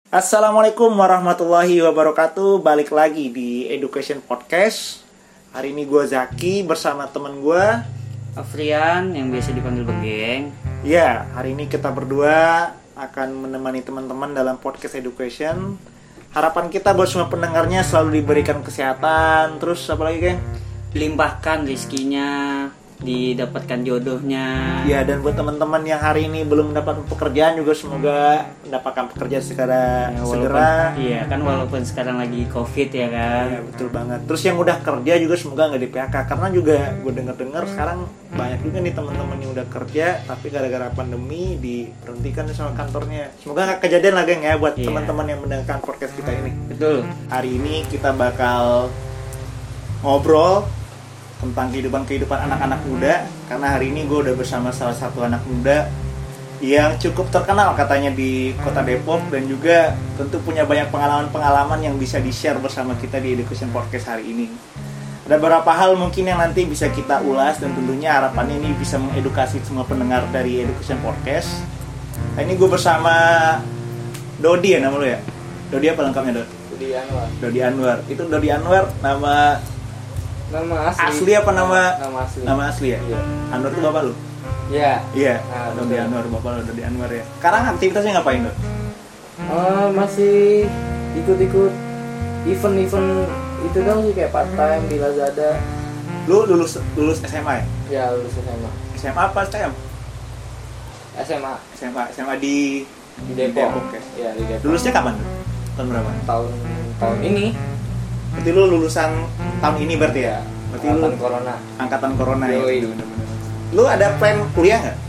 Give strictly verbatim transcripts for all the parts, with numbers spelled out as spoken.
Assalamualaikum warahmatullahi wabarakatuh. Balik lagi di Education Podcast. Hari ini gue Zaki bersama teman gue Afrian yang biasa dipanggil Begeng. Ya, hari ini kita berdua akan menemani teman-teman dalam podcast Education. Harapan kita buat semua pendengarnya selalu diberikan kesehatan. Terus apa lagi, Geng? Dilimpahkan rezekinya, didapatkan jodohnya. Ya, dan buat teman-teman yang hari ini belum mendapatkan pekerjaan juga semoga mendapatkan pekerjaan segera Ya, walaupun, segera. Iya kan, walaupun sekarang lagi Covid ya kan. Ya, betul banget. Terus yang udah kerja juga semoga nggak di P H K, karena juga gue dengar-dengar sekarang banyak juga nih teman-teman yang udah kerja tapi gara-gara pandemi diberhentikan sama kantornya. Semoga nggak kejadian lagi ya buat Iya. teman-teman yang mendengarkan podcast kita ini. Betul. Hari ini kita bakal ngobrol tentang kehidupan-kehidupan anak-anak muda, karena hari ini gue udah bersama salah satu anak muda yang cukup terkenal katanya di kota Depok dan juga tentu punya banyak pengalaman-pengalaman yang bisa di-share bersama kita di Education Podcast hari ini. Ada beberapa hal mungkin yang nanti bisa kita ulas dan tentunya harapannya ini bisa mengedukasi semua pendengar dari Education Podcast. Nah, ini gue bersama Dodi ya, nama lu ya? Dodi apa lengkapnya, Dodi? Dodi Anwar. Dodi Anwar. Itu Dodi Anwar nama Nama asli. asli apa nama Nama asli. nama asli ya? Iya. Anwar tuh bapak lu? Iya. Iya. Nah, Dodi betul. Anwar, bapak lu Dodi Anwar ya. Sekarang aktivitasnya ngapain, Dod? Oh, masih ikut-ikut event-event itu dong sih, kayak part time di Lazada. Lu lulus lulus S M A ya? Ya, lulus S M A. S M A apa S T M? S M A S M A, S M A di di Depok. ya. Iya, di Depok. Lulusnya kapan, Dod? Tahun berapa? tahun tahun ini. Berarti lu lulusan tahun ini berarti ya? Berarti lu Angkatan Corona. angkatan corona ya? Yoi. Bener-bener. Lu ada plan kuliah nggak?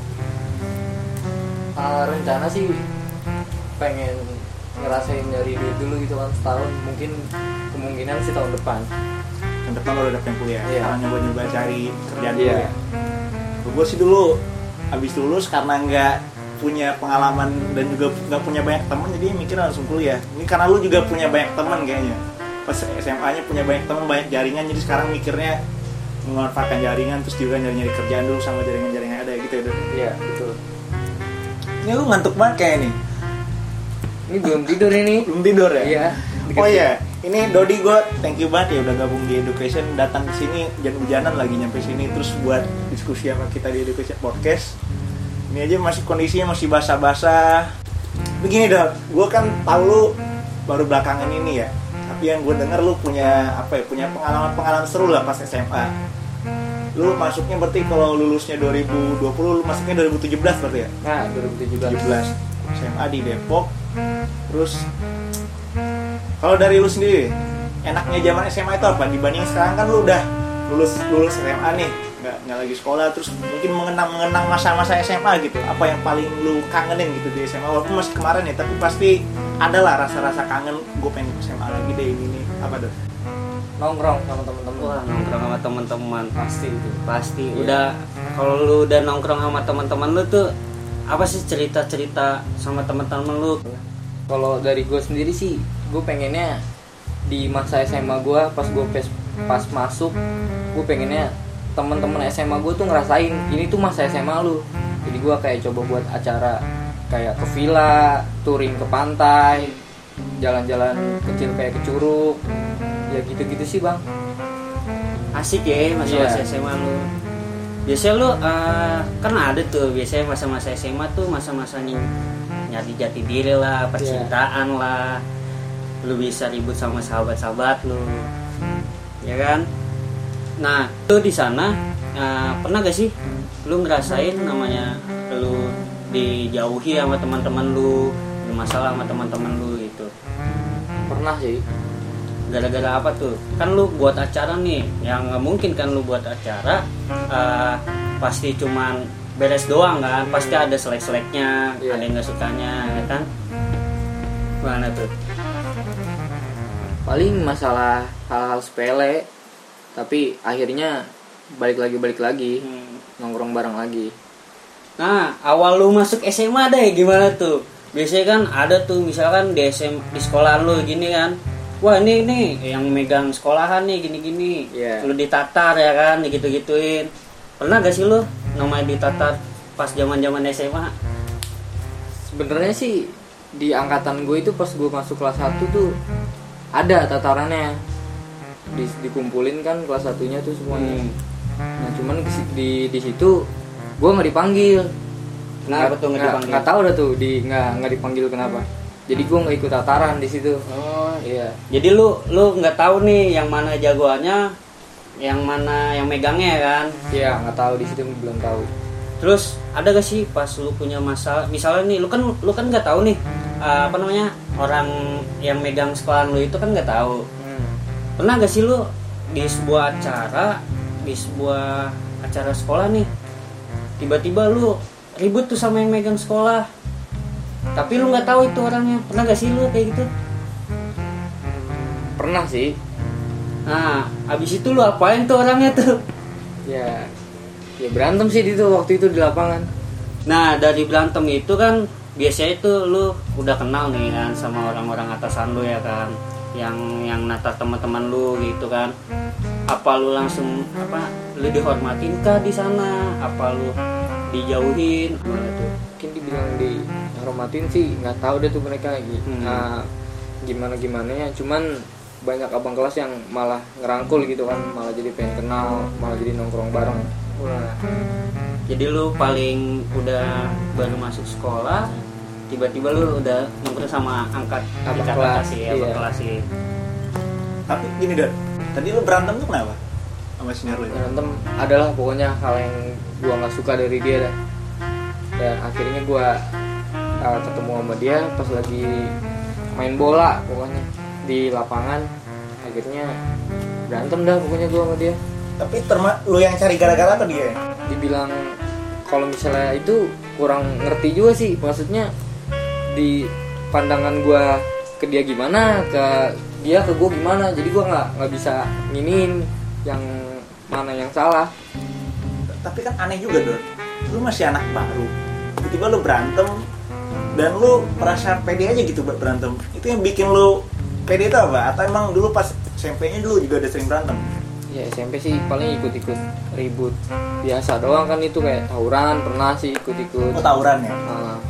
Ah, rencana sih pengen ngerasain dari duit dulu gitu kan setahun, mungkin kemungkinan sih tahun depan. Tahun depan lu udah plan kuliah? Iya. Sekarang nyoba-nyoba cari kerjaan dulu Iya. ya? Gue sih dulu abis lulus karena nggak punya pengalaman dan juga nggak punya banyak teman, jadi mikir langsung kuliah. Ini karena lu juga punya banyak teman kayaknya. Pas S M A-nya punya banyak teman, banyak jaringan, jadi sekarang mikirnya memanfaatkan jaringan terus juga nyari-nyari kerjaan dulu sama jaringan-jaringan ada gitu ya, Dod. Iya, betul. Ini lu ngantuk banget kayak nih. Ini belum tidur ini. Belum tidur ya? Iya. Oh iya, ini Dodi, gue thank you banget ya udah gabung di Education, datang ke sini hujan-hujanan lagi nyampe sini terus buat diskusi sama kita di Education Podcast. Ini aja masih kondisinya masih basah-basah. Begini, Dod, gue kan tahu lu baru belakangan ini ya. Tapi yang gue denger lu punya apa ya? Punya pengalaman-pengalaman seru lah pas S M A. Lu masuknya berarti kalau lulusnya dua ribu dua puluh, lu masuknya dua ribu tujuh belas berarti ya? Nah, dua ribu tujuh belas. tujuh belas S M A di Depok. Terus kalau dari lu sendiri, enaknya zaman S M A itu apa dibanding sekarang? Kan lu udah lulus lulus S M A nih, nggak nggak lagi sekolah, terus mungkin mengenang mengenang masa-masa S M A gitu. Apa yang paling lu kangenin gitu di S M A? Walaupun masih kemarin ya, tapi pasti ada lah rasa-rasa kangen. Gue pengen S M A lagi deh ini nih. Apa tuh? Nongkrong sama temen-temen. Wah, nongkrong sama teman-teman Pasti itu. pasti. Iya. Udah, kalau lu udah nongkrong sama teman-teman lu tuh apa sih cerita-cerita sama teman-teman lu? Kalau dari gue sendiri sih, gue pengennya di masa S M A gue, pas gue pas, pas masuk, gue pengennya teman-teman S M A gue tuh ngerasain ini tuh masa S M A lu. Jadi gue kayak coba buat acara kayak ke villa, touring ke pantai, jalan-jalan kecil kayak ke Curug, ya gitu-gitu sih bang. Asik ya masa-masa Iya. S M A lu. Biasanya lu uh, kan ada tuh biasanya masa-masa S M A tuh masa-masa ny- nyari jati diri lah, percintaan lah. Lu bisa ribut sama sahabat-sahabat lu. Ya kan? Nah, lu di sana uh, pernah gak sih lu ngerasain namanya lu dijauhi sama teman-teman lu, bermasalah sama teman-teman lu gitu? Pernah sih. Gara-gara apa tuh? Kan lu buat acara nih, yang nggak mungkin kan lu buat acara uh, pasti cuman beres doang kan, pasti ada selek-seleknya, Iya. ada yang nggak sukanya, ya kan? Mana tuh? Paling masalah hal-hal sepele, tapi akhirnya balik lagi balik lagi Hmm. nongkrong bareng lagi. Nah, awal lu masuk S M A deh gimana tuh? Biasanya kan ada tuh misalkan di S M di sekolahan lu gini kan. Wah, ini nih yang megang sekolahan nih gini-gini. Iya. Lu ditatar ya kan, gitu-gituin. Pernah gak sih lu namanya ditatar pas zaman-zaman S M A? Sebenarnya sih di angkatan gue itu pas gue masuk kelas satu tuh ada tatarannya, di, dikumpulin kan kelas satunya tuh semuanya. Hmm. Nah cuman di di situ gue nggak dipanggil. Kenapa tuh nggak dipanggil? Nggak tahu dah tuh di nggak nggak dipanggil kenapa. Jadi gue nggak ikut tataran di situ. Oh Iya. jadi lu lu nggak tahu nih yang mana jagoannya, yang mana yang megangnya ya kan? Iya nggak tahu di situ, belum tahu. Terus ada gak sih pas lu punya masalah, misalnya nih lu kan lu kan nggak tahu nih uh, apa namanya orang yang megang sekolahan lu itu kan nggak tahu. Hmm. Pernah gak sih lu di sebuah acara, di sebuah acara sekolah nih, tiba-tiba lu ribut tuh sama yang megang sekolah, tapi lu nggak tahu itu orangnya? Pernah gak sih lu kayak gitu? Pernah sih. Nah, abis itu lu apain tuh orangnya tuh? Ya, ya berantem sih itu waktu itu di lapangan. Nah, dari berantem itu kan biasanya itu lu udah kenal nih kan sama orang-orang atasan lu ya kan, yang yang natar teman-teman lu gitu kan. Apa lu langsung apa lu dihormatin kah di sana? Apa lu dijauhin? Gimana tuh? Mungkin dibilang dihormatin sih nggak tahu deh tuh mereka gitu. Hmm. Nah, gimana gimana ya, cuman banyak abang kelas yang malah ngerangkul gitu kan, malah jadi pengen kenal, malah jadi nongkrong bareng. Wah. Jadi lu paling udah baru masuk sekolah, tiba-tiba lu udah nongkrong sama angkat Abang tingkat kelas, atas ya, abang iya. kelas sih. Tapi gini Dan, tadi lu berantem tuh kenapa sama senior lu? Berantem adalah pokoknya hal yang gua nggak suka dari dia dah. Dan akhirnya gua uh, ketemu sama dia pas lagi main bola pokoknya di lapangan, akhirnya berantem dah pokoknya gua sama dia. Tapi terma lu yang cari gara-gara atau dia? Dibilang kalau misalnya itu kurang ngerti juga sih, maksudnya di pandangan gua ke dia gimana, ke dia ke gua gimana, jadi gua nggak nggak bisa nginin yang mana yang salah. Tapi kan aneh juga Don, lu masih anak baru, tiba-tiba lu berantem dan lu merasa pede aja gitu buat berantem. Itu yang bikin lu pede itu apa? Atau emang dulu pas S M P-nya dulu juga udah sering berantem? Ya S M P sih paling ikut-ikut ribut biasa doang kan, itu kayak tawuran pernah sih ikut-ikut. Oh, tawuran ya? Nah,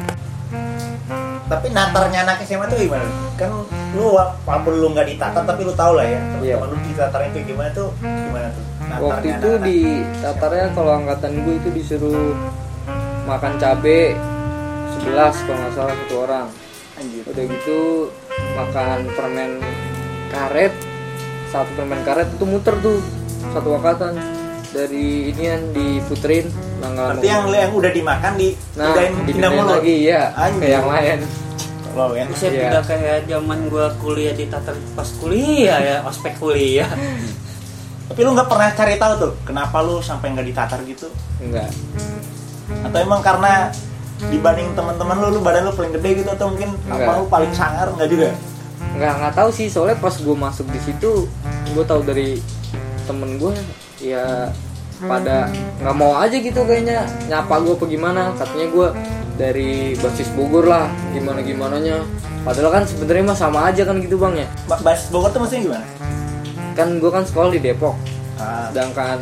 Tapi natarnya anak S M A tuh gimana? Kan lu walaupun lu nggak ditatar tapi lu tau lah ya. Iya. Temen lu ditatarnya itu gimana tuh? Gimana tuh? Natarnya waktu itu anak-anak. di tatarnya kalau angkatan gue itu disuruh makan cabe sebelas kalau nggak salah satu orang. Anjir. Udah gitu makan permen karet, satu permen karet itu muter tuh satu angkatan, dari ini yang diputerin nanggal. Berarti yang yang udah dimakan di nah udahin pindah dipindahin mulut lagi ya Anjir. kayak yang lain. Loh ya. Bisa Iya. udah kayak zaman gua kuliah di tatar pas kuliah ya, ospek kuliah. Tapi lu nggak pernah cari tahu tuh kenapa lu sampai nggak ditatar gitu? Enggak. Atau emang karena dibanding teman-teman lu, lu badan lu paling gede gitu, atau mungkin apa Enggak. lu paling sangar? Nggak juga? nggak nggak tahu sih, soalnya pas gue masuk di situ gue tahu dari temen gue ya pada nggak mau aja gitu kayaknya nyapa gue apa gimana, katanya gue dari basis Bogor lah gimana gimananya, padahal kan sebenarnya mah sama aja kan gitu bang ya. Ba- Basis Bogor tuh maksudnya gimana? Kan gue kan sekolah di Depok, Ah, sedangkan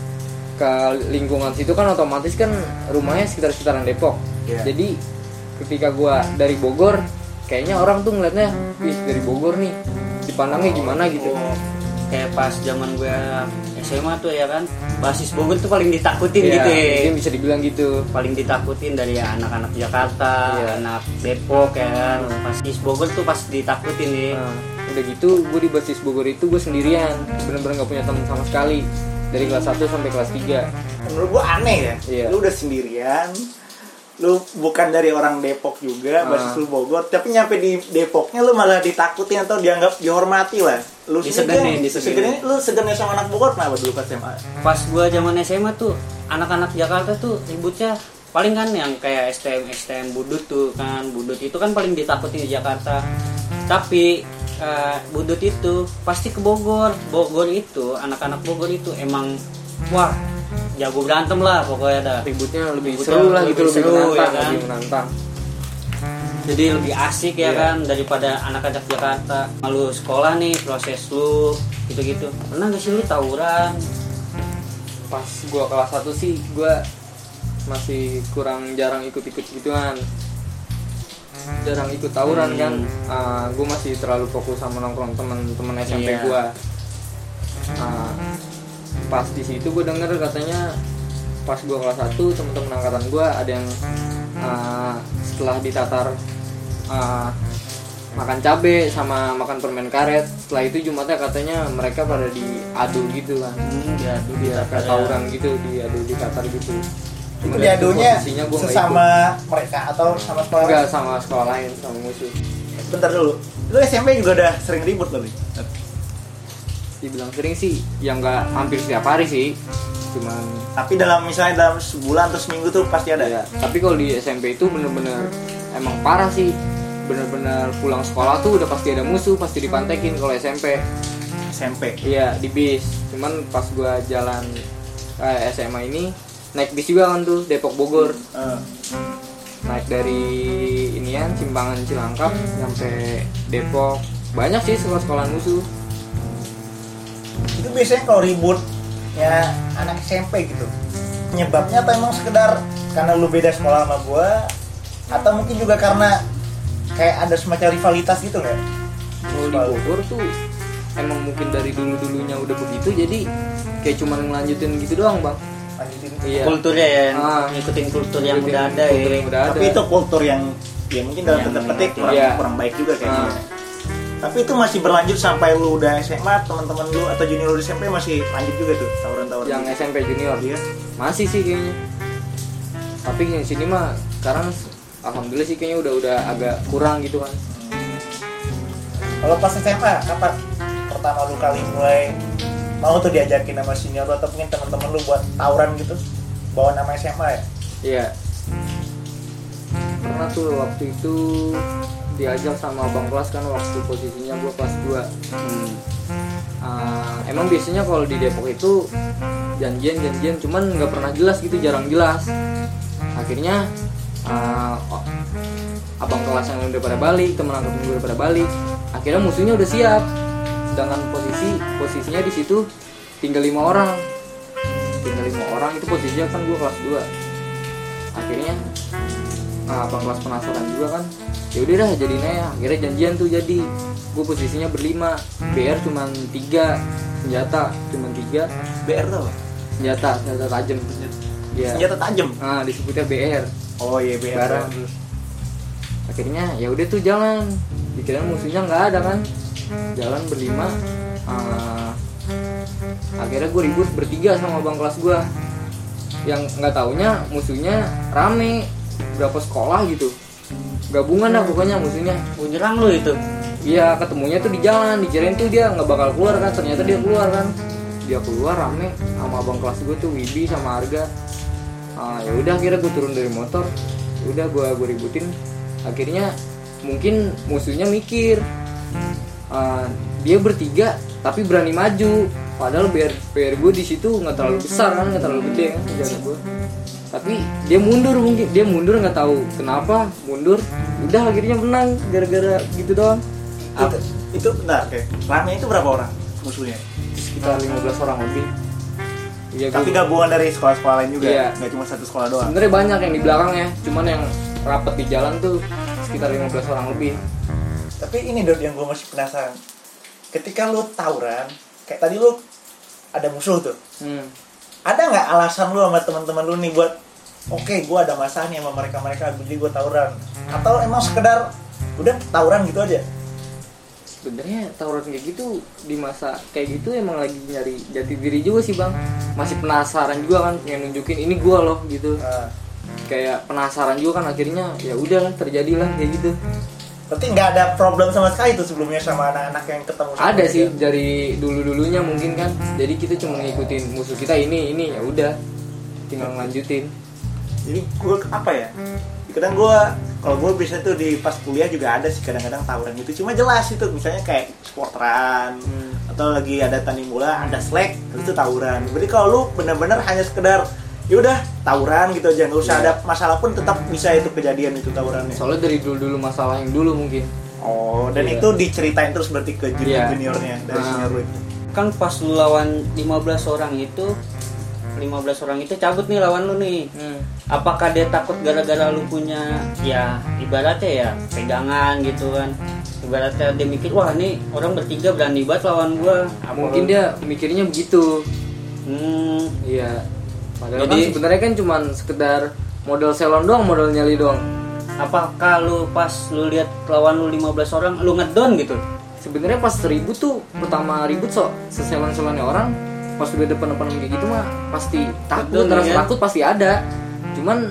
ke lingkungan situ kan otomatis kan rumahnya sekitar-sekitaran Depok. Iya. Jadi ketika gue dari Bogor, kayaknya orang tuh ngeliatnya, wih dari Bogor nih, dipandangnya gimana gitu. Oh, kayak pas zaman gue S M A tuh ya kan, basis Bogor tuh paling ditakutin Iya, gitu ya. mungkin bisa dibilang gitu. Paling ditakutin dari anak-anak Jakarta, Iya. anak Depok ya kan. Basis Bogor tuh pas ditakutin nih. Nah, udah gitu gue di basis Bogor itu gue sendirian, bener-bener gak punya teman sama sekali dari kelas satu sampai kelas tiga. menurut gua aneh ya. Iya. Lu udah sendirian, lu bukan dari orang Depok juga, Ah. basis lu Bogor, tapi nyampe di Depoknya lu malah ditakutin atau dianggap dihormati lah. Lu Disegenin, sendiri- disegenin. disegenin, lu segennya sama anak Bogor kenapa dulu pas S M A? Pas gue zaman S M A tuh anak-anak Jakarta tuh ributnya paling kan yang kayak S T M S T M Budut tuh kan, Budut itu kan paling ditakutin di Jakarta. Tapi eh, Budut itu pasti ke Bogor. Bogor itu anak-anak Bogor itu emang wah jago berantem lah pokoknya dah. Ributnya lebih Ributnya seru lah lebih gitu, lebih seru, menantang, ya kan? lebih menantang. Jadi lebih asik ya Iya. kan daripada anak-anak Jakarta. Lalu sekolah nih proses lu gitu-gitu. Pernah gak sih lu tawuran? Pas gue kelas satu sih gue masih kurang jarang ikut-ikut gituan. jarang ikut tawuran Hmm. kan. Uh, gue masih terlalu fokus sama nongkrong teman-teman S M P Iya. gue. Uh, pas di situ gue denger katanya pas gue kelas satu teman-teman angkatan gue ada yang uh, setelah ditatar uh, makan cabe sama makan permen karet, setelah itu Jumatnya katanya mereka pada diadu gitu kan. Hmm, diadu Dia ditatar kayak ya. tawuran gitu, diadu ditatar gitu. Itu Cuma diadunya posisinya gua nggak sesama mereka atau sama sekolah? enggak sama sekolah lain, sama musuh. Bentar dulu. Lu S M P juga udah sering ribut loh, Li? Dibilang sering sih, ya nggak hampir setiap hari sih, cuman Tapi dalam misalnya dalam sebulan atau seminggu tuh pasti ada. ya. Tapi kalau di S M P itu bener-bener emang parah sih, bener-bener pulang sekolah tuh udah pasti ada musuh, pasti dipantekin kalau S M P. S M P. Iya di bis, cuman pas gua jalan eh, S M A ini naik bis juga kan tuh Depok Bogor, Eh, naik dari inian Simpangan Cilangkap sampai Depok, banyak sih sekolah-sekolahan musuh. itu biasanya kalau ribut ya anak S M P gitu. Penyebabnya atau emang sekedar karena lu beda sekolah sama gua, atau mungkin juga karena kayak ada semacam rivalitas gitu nggak? Kalau di Bogor tuh emang mungkin dari dulu-dulunya udah begitu, jadi kayak cuma ngelanjutin gitu doang bang. Lanjutin. Iya. Kulturnya ya, Ah. ngikutin kultur yang Ngikutin udah ada kultur ya. yang udah ada. Tapi itu kultur yang ya mungkin dalam Yang tanda petik kurang, iya. kurang baik juga kayaknya. Ah. Tapi itu masih berlanjut sampai lu udah S M A, teman-teman lu atau junior lu di S M P masih lanjut juga tuh tawuran-tawuran. Yang S M P junior Iya. masih sih kayaknya. Tapi yang sini mah sekarang alhamdulillah sih kayaknya udah udah agak kurang gitu kan. Kalau pas S M A, kapan pertama lu kali mulai mau tuh diajakin sama senior lu atau mungkin teman-teman lu buat tawuran gitu? Bawa nama S M A ya? Iya. Pernah tuh waktu itu diajak sama abang kelas kan, waktu posisinya gua kelas dua. Hmm. Uh, emang biasanya kalau di Depok itu janjian-janjian, cuman nggak pernah jelas gitu, jarang jelas. Akhirnya uh, oh, abang kelas yang udah pada balik, temen angkatan gue udah pada balik. Akhirnya musuhnya udah siap, sedangkan posisi posisinya di situ tinggal lima orang, tinggal lima orang itu posisinya kan gue kelas dua. Akhirnya uh, abang kelas penasaran juga kan, ya udah dah jadiin aja. Akhirnya janjian tuh jadi, gue posisinya berlima, B R cuma tiga, senjata cuma tiga, B R tuh apa? senjata senjata tajam. Iya. Senjata tajam. Nah disebutnya B R. Oh iya B R. Barang. Akhirnya ya udah tuh jalan, dikira musuhnya nggak ada kan, jalan berlima. Uh, akhirnya gue ribut bertiga sama abang kelas gue, yang nggak taunya musuhnya rame, berapa sekolah gitu, gabungan dah pokoknya musuhnya. Oh, nyerang lu itu. Iya, ketemunya tuh di jalan, dikirain tuh dia nggak bakal keluar kan, ternyata dia keluar kan. Dia keluar rame sama abang kelas gue tuh Wibi sama Arga. Ah, ya udah akhirnya gue turun dari motor, udah gue gue ributin. Akhirnya mungkin musuhnya mikir ah, dia bertiga tapi berani maju, padahal B R B R gue di situ nggak terlalu besar kan, nggak terlalu gede kan senjata gue. Tapi dia mundur, mungkin dia mundur nggak tahu kenapa mundur. Udah akhirnya menang gara-gara gitu doang. Itu, itu bentar, oke. Rame itu berapa orang musuhnya? Sekitar lima belas orang lebih. Iya, Tapi gua- gabungan dari sekolah-sekolah lain juga, Iya. nggak cuma satu sekolah doang. sebenarnya banyak yang di belakangnya, cuman yang rapet di jalan tuh sekitar lima belas orang lebih. Tapi ini Dot yang gue masih penasaran. Ketika lu tawuran, kayak tadi lu ada musuh tuh. Hmm. Ada nggak alasan lu sama teman-teman lu nih buat oke, okay, gue ada masalah nih sama mereka-mereka, jadi gue tawuran? Atau emang sekedar udah tawuran gitu aja? Sebenarnya tawuran kayak gitu di masa kayak gitu emang lagi nyari jati diri juga sih bang. Masih penasaran juga kan, yang nunjukin ini gua loh gitu. Nah, Kayak penasaran juga kan, akhirnya ya udah lah terjadilah kayak gitu. berarti nggak ada problem sama sekali tuh sebelumnya sama anak-anak yang ketemu sama Ada mereka? sih dari dulu-dulunya mungkin kan. Jadi kita cuma ngikutin musuh kita ini ini ya udah tinggal lanjutin. Jadi gue apa ya? Kadang gue, kalau gue biasanya tuh di pas kuliah juga ada sih kadang-kadang tawuran gitu. Cuma jelas itu, misalnya kayak sporteran Hmm. atau lagi ada tanding bola, ada slack, itu tawuran. Jadi kalau lu benar-benar hanya sekedar ya udah tawuran gitu aja, nggak usah Iya. ada masalah pun tetap bisa itu kejadian itu tawurannya. Soalnya dari dulu-dulu masalah yang dulu mungkin. Oh, dan Iya. itu diceritain terus berarti ke junior Iya. juniornya dari Ah. senior lu itu. Kan pas lu lawan lima belas orang itu lima belas orang itu cabut nih lawan lu nih. Hmm. Apakah dia takut gara-gara lu punya ya ibaratnya ya pegangan gitu kan? Ibaratnya dia mikir wah nih orang bertiga berani banget lawan gua. Apa Mungkin lu- dia mikirnya begitu. Hmm, Iya. Padahal Jadi- kan sebenarnya kan cuman sekedar modal selon doang, modal nyali doang. apakah lu pas lu lihat lawan lu lima belas orang lu ngedon gitu? Sebenarnya pas ribut tuh pertama ribut sok seselon-selonnya orang pas udah depan-depan kayak gitu mah pasti takut, Betul, rasa ya. takut pasti ada. Cuman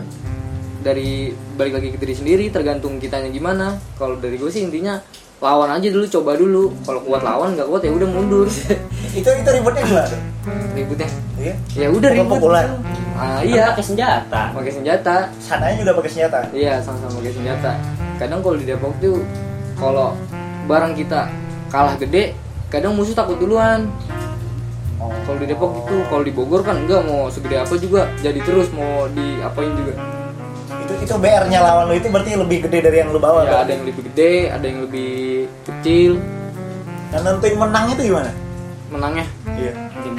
dari balik lagi ke diri sendiri tergantung kitanya gimana. Kalau dari gue sih intinya lawan aja dulu, coba dulu. Kalau kuat lawan, nggak kuat ya udah mundur. Itu itu ributnya gimana? Ributnya Iya. ya udah ribut. Pukul-pukulan. Ah, Kan iya, pakai senjata. pakai senjata. Sananya juga pakai senjata. Iya, sama-sama pakai senjata. Kadang kalau di Depok tuh kalau barang kita kalah gede, kadang musuh takut duluan. Oh. Kalau di Depok gitu, kalau di Bogor kan enggak, mau segede apa juga jadi terus, mau diapain juga. Itu itu B R-nya lawan lu itu berarti lebih gede dari yang lu bawa Ya, kan? ada yang lebih gede, ada yang lebih kecil. Dan nentuin menangnya itu gimana? Menangnya Iya.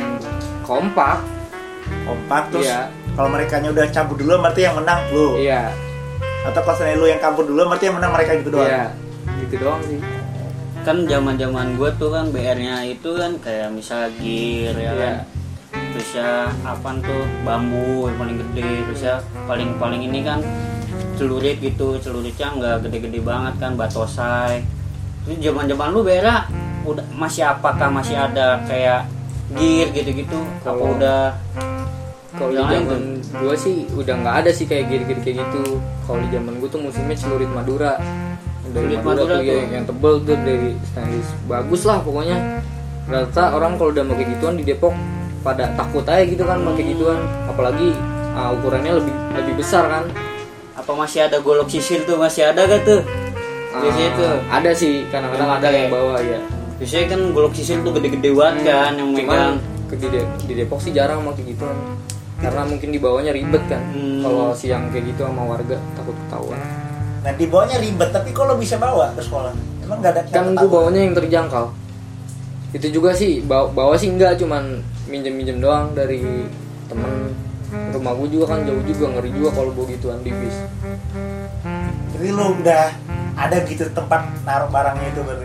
kompak. Kompak terus. Iya. Kalau merekanya udah cabut dulu berarti yang menang lu. Iya, Atau kalau seandainya lu yang kabur dulu berarti yang menang mereka gitu doang. iya, gitu doang sih. Kan zaman-zaman gua tuh kan B R-nya itu kan kayak misal gear ya Iya. kan. Terus ya apaan tuh bambu yang paling gede, terus ya paling-paling ini kan celurit gitu, celuritnya nggak gede-gede banget kan, batosai. Terus zaman-zaman lu B R udah masih apakah masih ada kayak gear gitu-gitu? Apa Kalau- udah Kalau di Yang lain zaman gua sih udah nggak ada sih kayak gini-gini kayak gitu. Kalau di zaman gua tuh musimnya celurit Madura. Dari Celurit Madura, Madura tuh tuh. yang, yang tebel tuh dari stainless. Bagus lah pokoknya. Rata orang kalau udah pakai gituan di Depok pada takut aja gitu kan pakai gituan. Apalagi ah, ukurannya lebih lebih besar kan. apa masih ada golok sisil tuh, masih ada gak tuh? Biasanya Ah, tuh ada sih kadang-kadang Yang ada pakai. yang bawa ya. biasanya kan golok sisil tuh gede-gede banget kan yang megang. Cuman ke di, De- di Depok sih jarang pakai gituan. Karena mungkin di bawahnya ribet kan. Hmm. Kalau siang kayak gitu sama warga takut ketahuan. Nah di bawahnya ribet tapi kok lo bisa bawa ke sekolah? Emang nggak ada? nggak Kan ada gue takut? bawanya yang terjangkau. Itu juga sih bawa, bawa sih enggak, cuman minjem-minjem doang dari temen. Rumah gue juga kan jauh juga, ngeri juga kalau bawa gituan di bis. Jadi lo udah ada gitu tempat naruh barangnya itu berarti?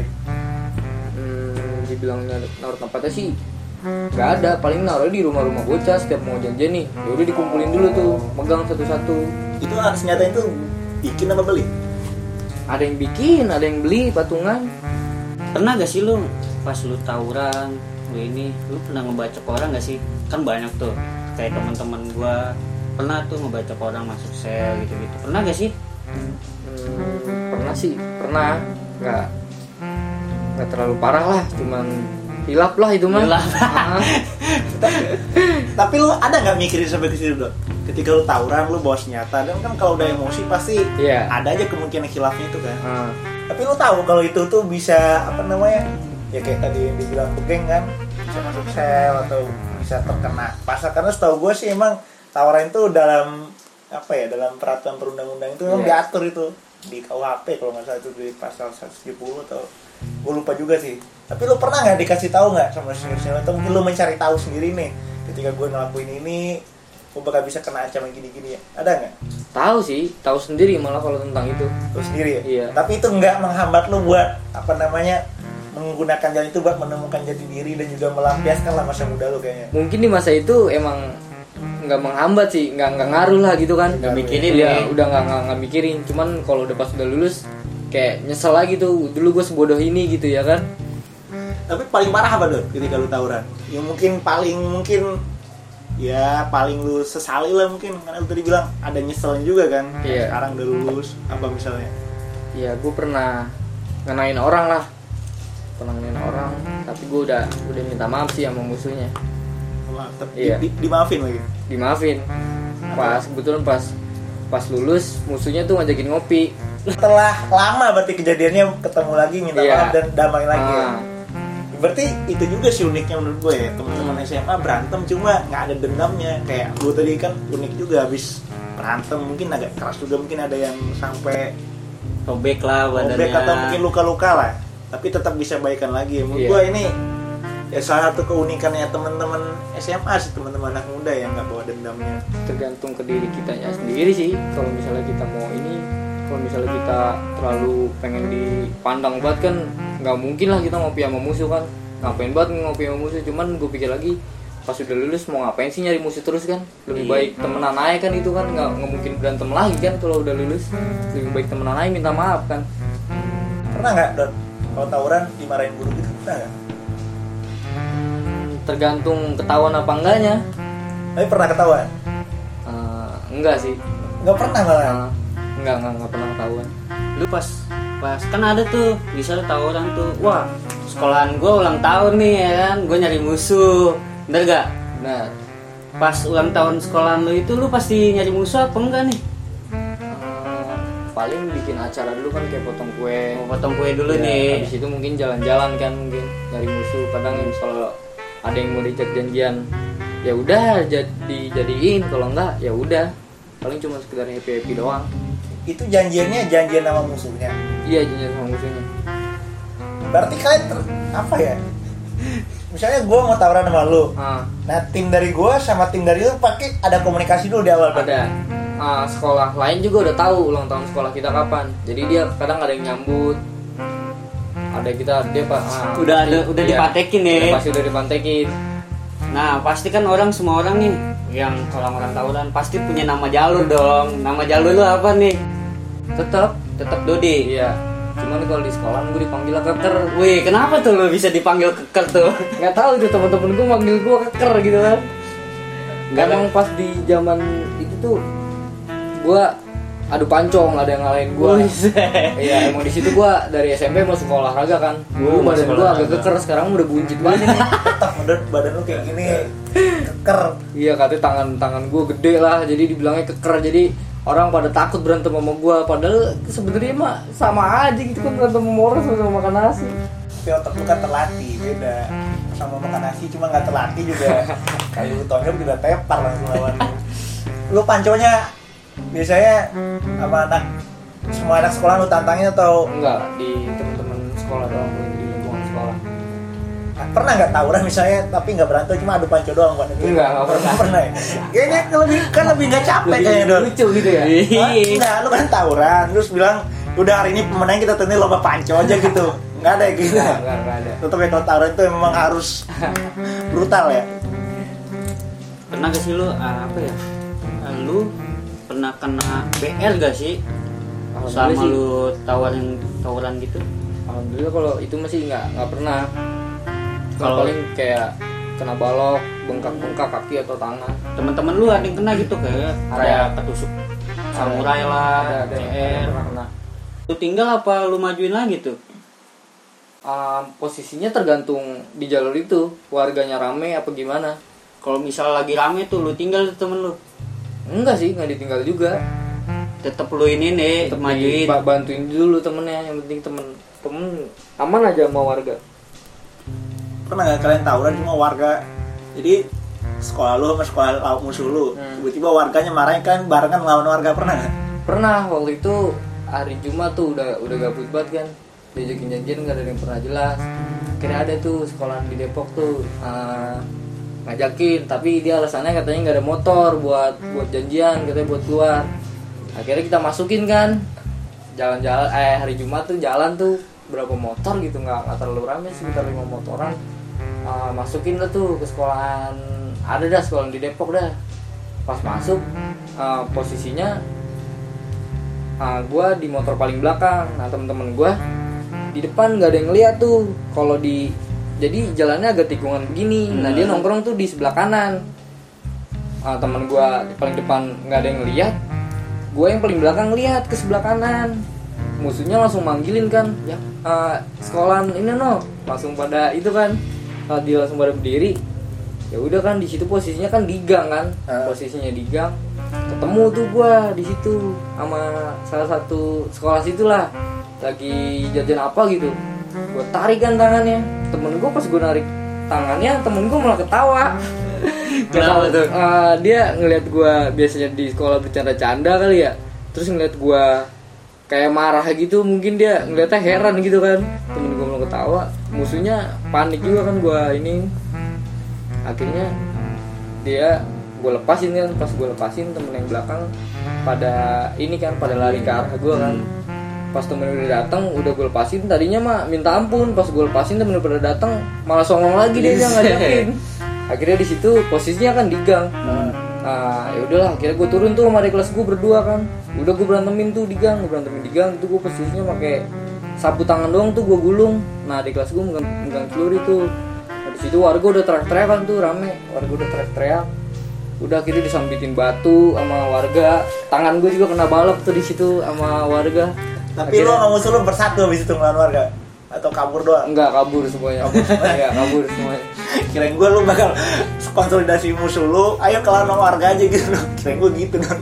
Hmm, dibilangnya naruh tempatnya sih nggak ada, paling naruh di rumah-rumah bocah setiap mau janjian nih. Ya udah dikumpulin dulu tuh, megang satu-satu. Itu ah, senjata itu bikin apa beli? Ada yang bikin, ada yang beli patungan. Pernah gak sih lu pas lu tawuran, lu ini, lu pernah ngebacok orang gak sih? Kan banyak tuh, kayak teman-teman gua pernah tuh ngebacok orang masuk sel gitu-gitu. Pernah gak sih? Hmm, pernah sih, pernah. Nggak nggak terlalu parah lah, cuman hilap lah itu mah. Hilap. Ah. Tapi lu ada nggak mikirin sampai ke situ dok? Ketika lu tawuran lu bawa senjata, dan kan kalau udah emosi pasti Iya. ada aja kemungkinan khilafnya itu kan. Ah. Tapi lu tahu kalau itu tuh bisa apa namanya? Ya kayak tadi yang dibilang begeng kan, bisa masuk sel atau bisa terkena pasal. Karena setahu gue sih emang tawaran itu dalam apa ya, dalam peraturan perundang-undang itu memang Iya. diatur itu di K U H P kalau nggak salah, itu di pasal seratus tujuh puluh atau gue lupa juga sih. Tapi lu pernah nggak dikasih tahu nggak sama senior-senior, atau mungkin lu mencari tahu sendiri nih ketika gue ngelakuin ini gue bakal bisa kena ancaman gini-gini ya, ada nggak? Tahu sih, tahu sendiri malah kalau tentang itu. Lu sendiri ya? Iya. Tapi itu nggak menghambat lu buat apa namanya menggunakan jalan itu buat menemukan jati diri dan juga melampiaskan lah masa muda lu kayaknya. Mungkin di masa itu emang nggak menghambat sih, nggak nggak ngaruh lah gitu kan. Nggak mikirin Iya, ya. udah nggak nggak nggak mikirin. Cuman kalau udah pas udah lulus, kayak nyesel lagi tuh. Dulu gue sebodoh ini gitu ya kan. Tapi paling parah apa tuh ketika lu tawuran? Yang mungkin paling mungkin ya paling lu sesali lah mungkin, karena lu tadi bilang ada nyeselnya juga kan. Iya. Sekarang udah lulus apa misalnya? Iya, gue pernah ngenain orang lah, pernah ngenain orang. Tapi gue udah udah minta maaf sih sama musuhnya. Maaf, tapi Iya. di, di, dimaafin lagi. Dimaafin. Pas kebetulan pas pas lulus musuhnya tuh ngajakin ngopi. Setelah lama berarti kejadiannya ketemu lagi, minta Iya. maaf dan damai lagi. Ya? Ah, Berarti itu juga sih uniknya menurut gue ya, teman-teman S M A berantem cuma nggak ada dendamnya. Kayak gue tadi kan unik juga, habis berantem mungkin agak keras juga, mungkin ada yang sampai Robek lah badannya. robek atau mungkin luka-luka lah, tapi tetap bisa baikan lagi. Menurut Iya. gue ini ya salah satu keunikannya teman-teman S M A sih, teman-teman anak muda yang nggak bawa dendamnya. Tergantung ke diri kitanya sendiri sih. Kalau misalnya kita mau ini, kalau misalnya kita terlalu pengen dipandang banget kan nggak mungkin lah kita ngopi sama musuh kan. Ngapain banget ngopi sama musuh. Cuman gue pikir lagi, pas udah lulus mau ngapain sih nyari musuh terus kan. Lebih baik temenan aja kan, itu kan nggak nggak mungkin berantem lagi kan kalau udah lulus. Lebih baik temenan aja, minta maaf kan. Pernah nggak Don kalau tawuran dimarahin guru gitu, pernah nggak? Tergantung ketahuan apa enggaknya. Tapi pernah ketahuan? Uh, enggak sih. Nggak pernah malah. Uh, enggak, enggak enggak pernah ketahuan. Lu pas pas kan ada tuh bisa tawuran tuh, wah sekolahan gue ulang tahun nih ya kan, gue nyari musuh, bener gak? Nah, Pas ulang tahun sekolahan lu itu lu pasti nyari musuh apa enggak nih? uh, paling bikin acara dulu kan kayak potong kue. Mau potong kue dulu Ya, nih. habis itu mungkin jalan-jalan kan, mungkin nyari musuh. Kadang kalau ada yang mau diajak janjian, ya udah jadi dijadiin, kalau enggak ya udah paling cuma sekedar happy happy doang. Itu janjiannya janjian sama musuhnya. Iya, janjian sama musuhnya. Berarti kalian ter, apa ya? Misalnya gue mau tawuran sama lu. Ah, Nah tim dari gue sama tim dari lu pakai ada komunikasi dulu di awal. ada ah, sekolah lain juga udah tahu ulang tahun sekolah kita kapan. Jadi dia kadang ada yang nyambut. Ada kita dia pak ah, Udah ada udah iya, dipatekin ya. udah pasti udah dipantekin. Nah pasti kan orang semua orang nih yang orang-orang tawuran pasti punya nama jalur dong. Nama jalur lu apa nih? Tetap Tetap Dodi. iya. Cuman kalau di sekolah gue dipanggil keker. Wih, kenapa tuh lu bisa dipanggil keker tuh? Nggak tahu itu teman-teman gue manggil gue keker gitu kan. Nggak Emang pas di zaman itu tuh gue adu pancong, ada yang ngalahin gue. Iya, emang di situ gue dari S M P masuk olahraga kan. Gue Oh, badan masuk gue agak olahraga. keker, sekarang udah buncit banget nih. Tetap badan badan lu kayak gini keker. Iya, katanya tangan tangan gue gede lah, jadi dibilangnya keker. Jadi orang pada takut berantem sama gue. Padahal sebenarnya mah sama aja gitu kan, berantem sama orang sama makan nasi. Tapi otak lu kan terlatih, beda sama makan nasi cuma nggak terlatih juga. Kayak lu tonjok juga tepar langsung lawan lu. Lu panconya biasanya sama anak semua anak sekolah lu tantangin atau Enggak, di teman-teman sekolah doang, di lingkungan sekolah. pernah nggak tawuran misalnya tapi nggak berantem cuma adu panco doang bukan itu? Enggak, nggak pernah. pernah ya? Kayaknya lebih kan lebih nggak capek kayaknya Don. lucu gitu ya. Hah? Nah, lu kan tawuran terus bilang udah hari ini pemenangnya kita tentuin lomba panco aja gitu. Nggak ada ya gitu. Enggak, enggak, enggak ada. Tetap ya kalau tawuran itu memang harus brutal ya. Pernah gak sih lu ah, apa ya? Ah, Lu pernah kena B L gak sih? Alhamdulillah Sama sih. lu tawaran tawuran gitu? Alhamdulillah kalau itu masih nggak nggak pernah. Kalau Kalau- paling kayak kena balok, bengkak-bengkak kaki atau tangan. Teman-teman lu ada yang kena gitu kayak Ada. kayak ketusuk samurai lah, Ada ada yang C R. pernah kena. Lu tinggal apa lu majuin lagi tuh? Ah, posisinya tergantung di jalur itu, warganya rame apa gimana. Kalau misal lagi rame tuh lu tinggal tuh temen lu. Enggak sih, nggak ditinggal juga. Tetep lu ini nih Tetep majuin. diba- bantuin dulu temennya, yang penting temen temen aman aja sama warga. Pernah nggak kalian tawuran cuma warga? Jadi sekolah lu sama sekolah lawan musuh lu, Hmm. tiba-tiba warganya marahin kan barengan ngelawan warga, pernah nggak? Pernah waktu itu hari Jumat tuh udah udah gabut banget kan, diajakin janjian nggak ada yang pernah jelas. Akhirnya ada tuh sekolah di Depok tuh ah, ngajakin, tapi dia alasannya katanya nggak ada motor buat buat janjian, katanya buat keluar. Akhirnya kita masukin kan, jalan-jalan eh hari Jumat tuh jalan tuh berapa motor gitu, nggak nggak terlalu rame, sekitar lima motoran. Ah, masukin lah tuh ke sekolahan, ada dah sekolah di Depok dah. Pas masuk ah, posisinya ah, gue di motor paling belakang, nah temen-temen gue di depan nggak ada yang ngeliat tuh. Kalau di jadi jalannya agak tikungan begini, nah dia nongkrong tuh di sebelah kanan. Ah, temen gue paling depan nggak ada yang ngeliat, gue yang paling belakang ngeliat ke sebelah kanan. Musuhnya langsung manggilin kan, ya ah, sekolahan ini no, langsung pada itu kan, ah, dia langsung pada berdiri. Ya udah kan di situ posisinya kan di gang kan, Ah. posisinya di gang. Ketemu tuh gua di situ sama salah satu sekolah situlah, lagi jajan apa gitu. Gua tarik kan tangannya, temen gua pas gua narik tangannya, temen gua malah ketawa. Kenapa tuh? Eh, dia ngeliat gua biasanya di sekolah bercanda-canda kali ya, terus ngeliat gua kayak marah gitu, mungkin dia ngeliatnya heran gitu kan. Temen gua malah ketawa, musuhnya panik juga kan gue ini. Akhirnya dia gue lepasin kan, pas gue lepasin temen yang belakang pada ini kan pada lari ke arah gue kan. Pas temen udah datang udah gue lepasin, tadinya mah minta ampun, pas gue lepasin temen udah datang malah songong lagi dia yang ngajakin. Akhirnya di situ posisinya kan di gang. Nah ya udahlah, akhirnya gue turun tuh sama adik kelas gue berdua kan. Udah gue berantemin tuh di gang, gue berantemin di gang itu gue posisinya pakai sapu tangan doang tuh gue gulung. Nah adik kelas gue megang, megang celuri tuh. Nah, di situ warga udah teriak-teriakan tuh rame, warga udah teriak-teriak. Udah akhirnya disambitin batu sama warga. Tangan gue juga kena balok tuh di situ sama warga. Tapi akhirnya, lo sama musuh lo bersatu habis itu melawan warga? Atau kabur doang? enggak, kabur semuanya. Kabur semuanya. Ya, kabur semuanya. Kirain gue lu bakal konsolidasi musuh lu, ayo kelawan sama warga aja gitu. Kirain gue gitu kan.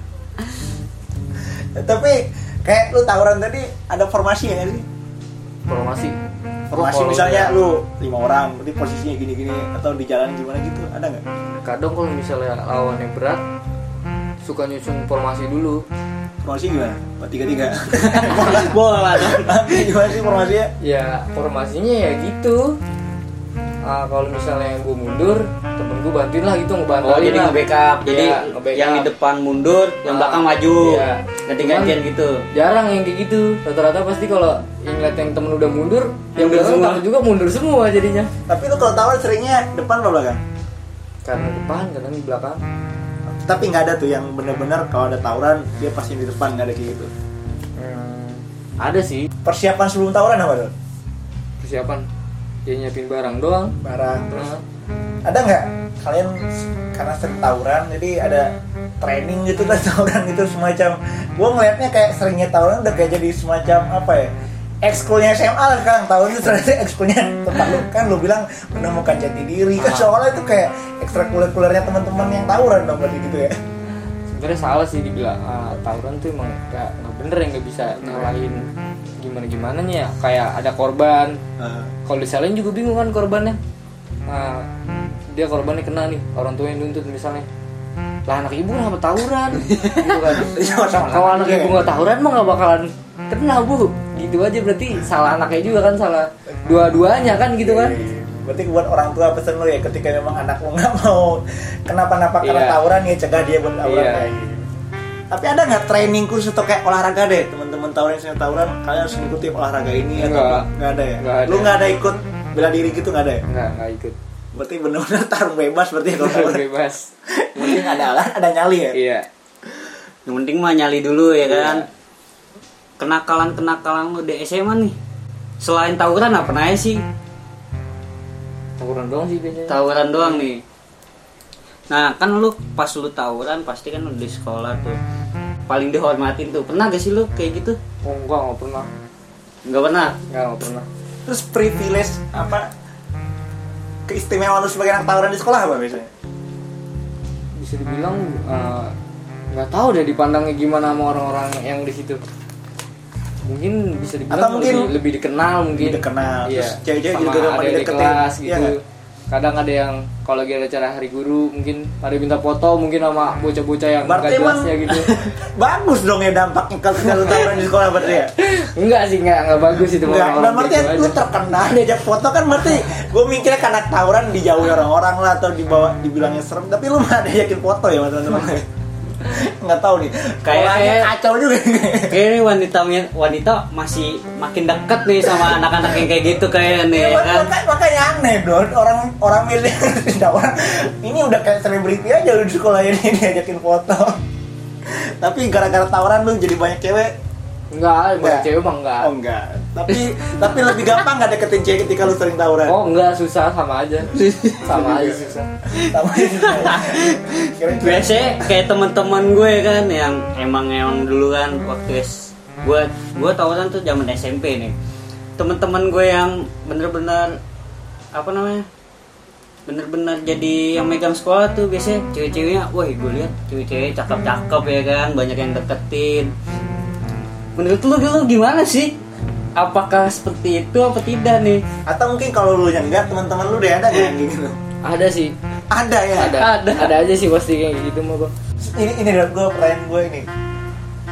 Tapi kayak lu tawuran tadi ada formasi ya sih? Formasi. Formasi Oh, misalnya ya. lu lima orang, berarti posisinya gini-gini atau di jalan gimana gitu, ada nggak? Kadang kalau misalnya lawannya berat suka nyusun formasi dulu. Formasi gimana? Buat tiga-tiga. Bola dong. Gimana sih formasinya? Ya formasinya ya gitu. Ah, kalau misalnya yang gue mundur, temen gue bantuin lah gitu, ngebantuin Oh jadi lah. nge-backup. Jadi Iya, nge-backup. yang di depan mundur, yang Nah, belakang maju. iya. Ganti-gantian gitu. Jarang yang kayak gitu. Rata-rata pasti kalau yang ngeliat yang temen udah mundur, yang Mundur belakang semua. takut juga mundur semua jadinya. Tapi lu kalau tawuran seringnya depan apa belakang? Karena depan, kadang di belakang. Tapi nggak ada tuh yang bener-bener kalau ada tawuran dia pasti di depan, nggak ada kayak gitu. Hmm, ada sih Persiapan sebelum tawuran apa tuh? persiapan. Dia nyiapin barang doang. Barang. Nah, Ada nggak kalian karena sering tawuran jadi ada training gitu kan tawuran gitu semacam, gue ngelihatnya kayak seringnya tawuran udah kayak jadi semacam apa ya, ekskulnya S M A lah sekarang, tawuran itu ternyata ekskulnya tempat lu kan lu bilang menemukan jati diri kan, Ah. soalnya itu kayak ekstrakurikulernya teman-teman yang tawuran dong berarti gitu ya. sebenarnya salah sih dibilang ah, tawuran tuh emang nggak nggak bener ya, nggak bisa nyalahin gimana gimana ya, kayak ada korban. Uh, Kalau disalahin juga bingung kan korbannya. Nah, dia korbannya kena nih, orang tua yang nuntut misalnya, lah anak ibu kenapa tawuran gitu kan. Iya, sama Kalau anak anak juga ibu ya. nggak tawuran mah nggak bakalan kena bu, gitu aja. Berarti salah anaknya juga kan, salah dua-duanya kan gitu kan. Berarti buat orang tua pesen lu ya, ketika memang anak lu nggak mau kenapa-napa karena Iya. tawuran ya cegah dia buat tawuran Iya. kayak gitu. Tapi ada nggak training khusus atau kayak olahraga deh teman-teman tawuran yang sering tawuran kalian harus mengikuti olahraga ini atau Nggak. apa? Nggak ada ya? Nggak ada. Lu nggak ada ikut bela diri gitu, nggak ada ya? Nggak nggak ikut. Berarti benar-benar tarung bebas berarti ya kalau tawuran. Bebas. Mungkin ada alat, ada nyali ya? Iya. Yang penting mah nyali dulu ya kan. Kenakalan-kenakalan lu di S M A nih. Selain tawuran apa aja sih? Tawuran doang sih biasanya. Tawuran doang nih. Nah kan lu pas lu tawuran pasti kan lu di sekolah tuh paling dihormatin tuh. Pernah gak sih lu kayak gitu? Oh enggak, nggak pernah. Nggak pernah. Enggak, nggak pernah. Terus privilege apa? Keistimewaan lu sebagai anak tawuran di sekolah apa biasanya? Bisa dibilang eh, nggak tahu deh dipandangnya gimana sama orang-orang yang di situ. Mungkin bisa dibilang Atau mungkin lebih, lebih dikenal mungkin. lebih dikenal. Iya. Terus cewek-cewek Sama juga gampang ada di dideketin. kelas Iya gitu. nggak? Kadang ada yang kalau lagi ada acara hari guru mungkin ada minta foto mungkin sama bocah-bocah yang Berarti nggak emang jelasnya gitu. bagus dong ya dampaknya kalau kalau tawuran di sekolah berarti ya? Enggak sih, enggak enggak bagus itu Enggak, orang-orang dalam artian gitu lu aja. terkenal diajak foto kan berarti gue mikirnya karena tawuran dijauhi orang-orang lah atau dibawa dibilangnya serem, tapi lu malah diajakin foto ya sama teman-teman. Nggak tahu nih, Kayak- polanya kacau juga. Kayaknya wanita wanita masih makin dekat nih sama anak-anak yang kayak gitu kayak nih Ya, kan. makanya, makanya aneh Don, orang orang milih tawuran ini udah kayak selebriti aja lu di sekolah ini diajakin foto. Tapi gara-gara tawuran lu jadi banyak cewek. Enggak, buat Enggak. cewek mah enggak. Oh enggak. Tapi tapi lebih gampang nggak deketin cewek ketika lu sering tawuran. Oh enggak, susah sama aja. Sama aja susah. Sama aja. Kirain cewek- Biasanya kayak teman-teman gue kan yang emang emang dulu kan waktu es gue gue tawuran tuh zaman S M P nih. Teman-teman gue yang bener-bener apa namanya? Bener-bener jadi yang megang sekolah tuh biasanya cewek-ceweknya, wah gue lihat cewek-cewek cakep-cakep ya kan, banyak yang deketin. Menurut lu dulu gimana sih? Apakah seperti itu apa tidak nih? Atau mungkin kalau lu yang enggak, teman-teman lu deh ada nggak yang gitu? Ada sih. Ada ya. Ada. Ada. Ada aja sih pasti kayak gitu mah, Bang. Ini ini dari gue pertanyaan gue ini.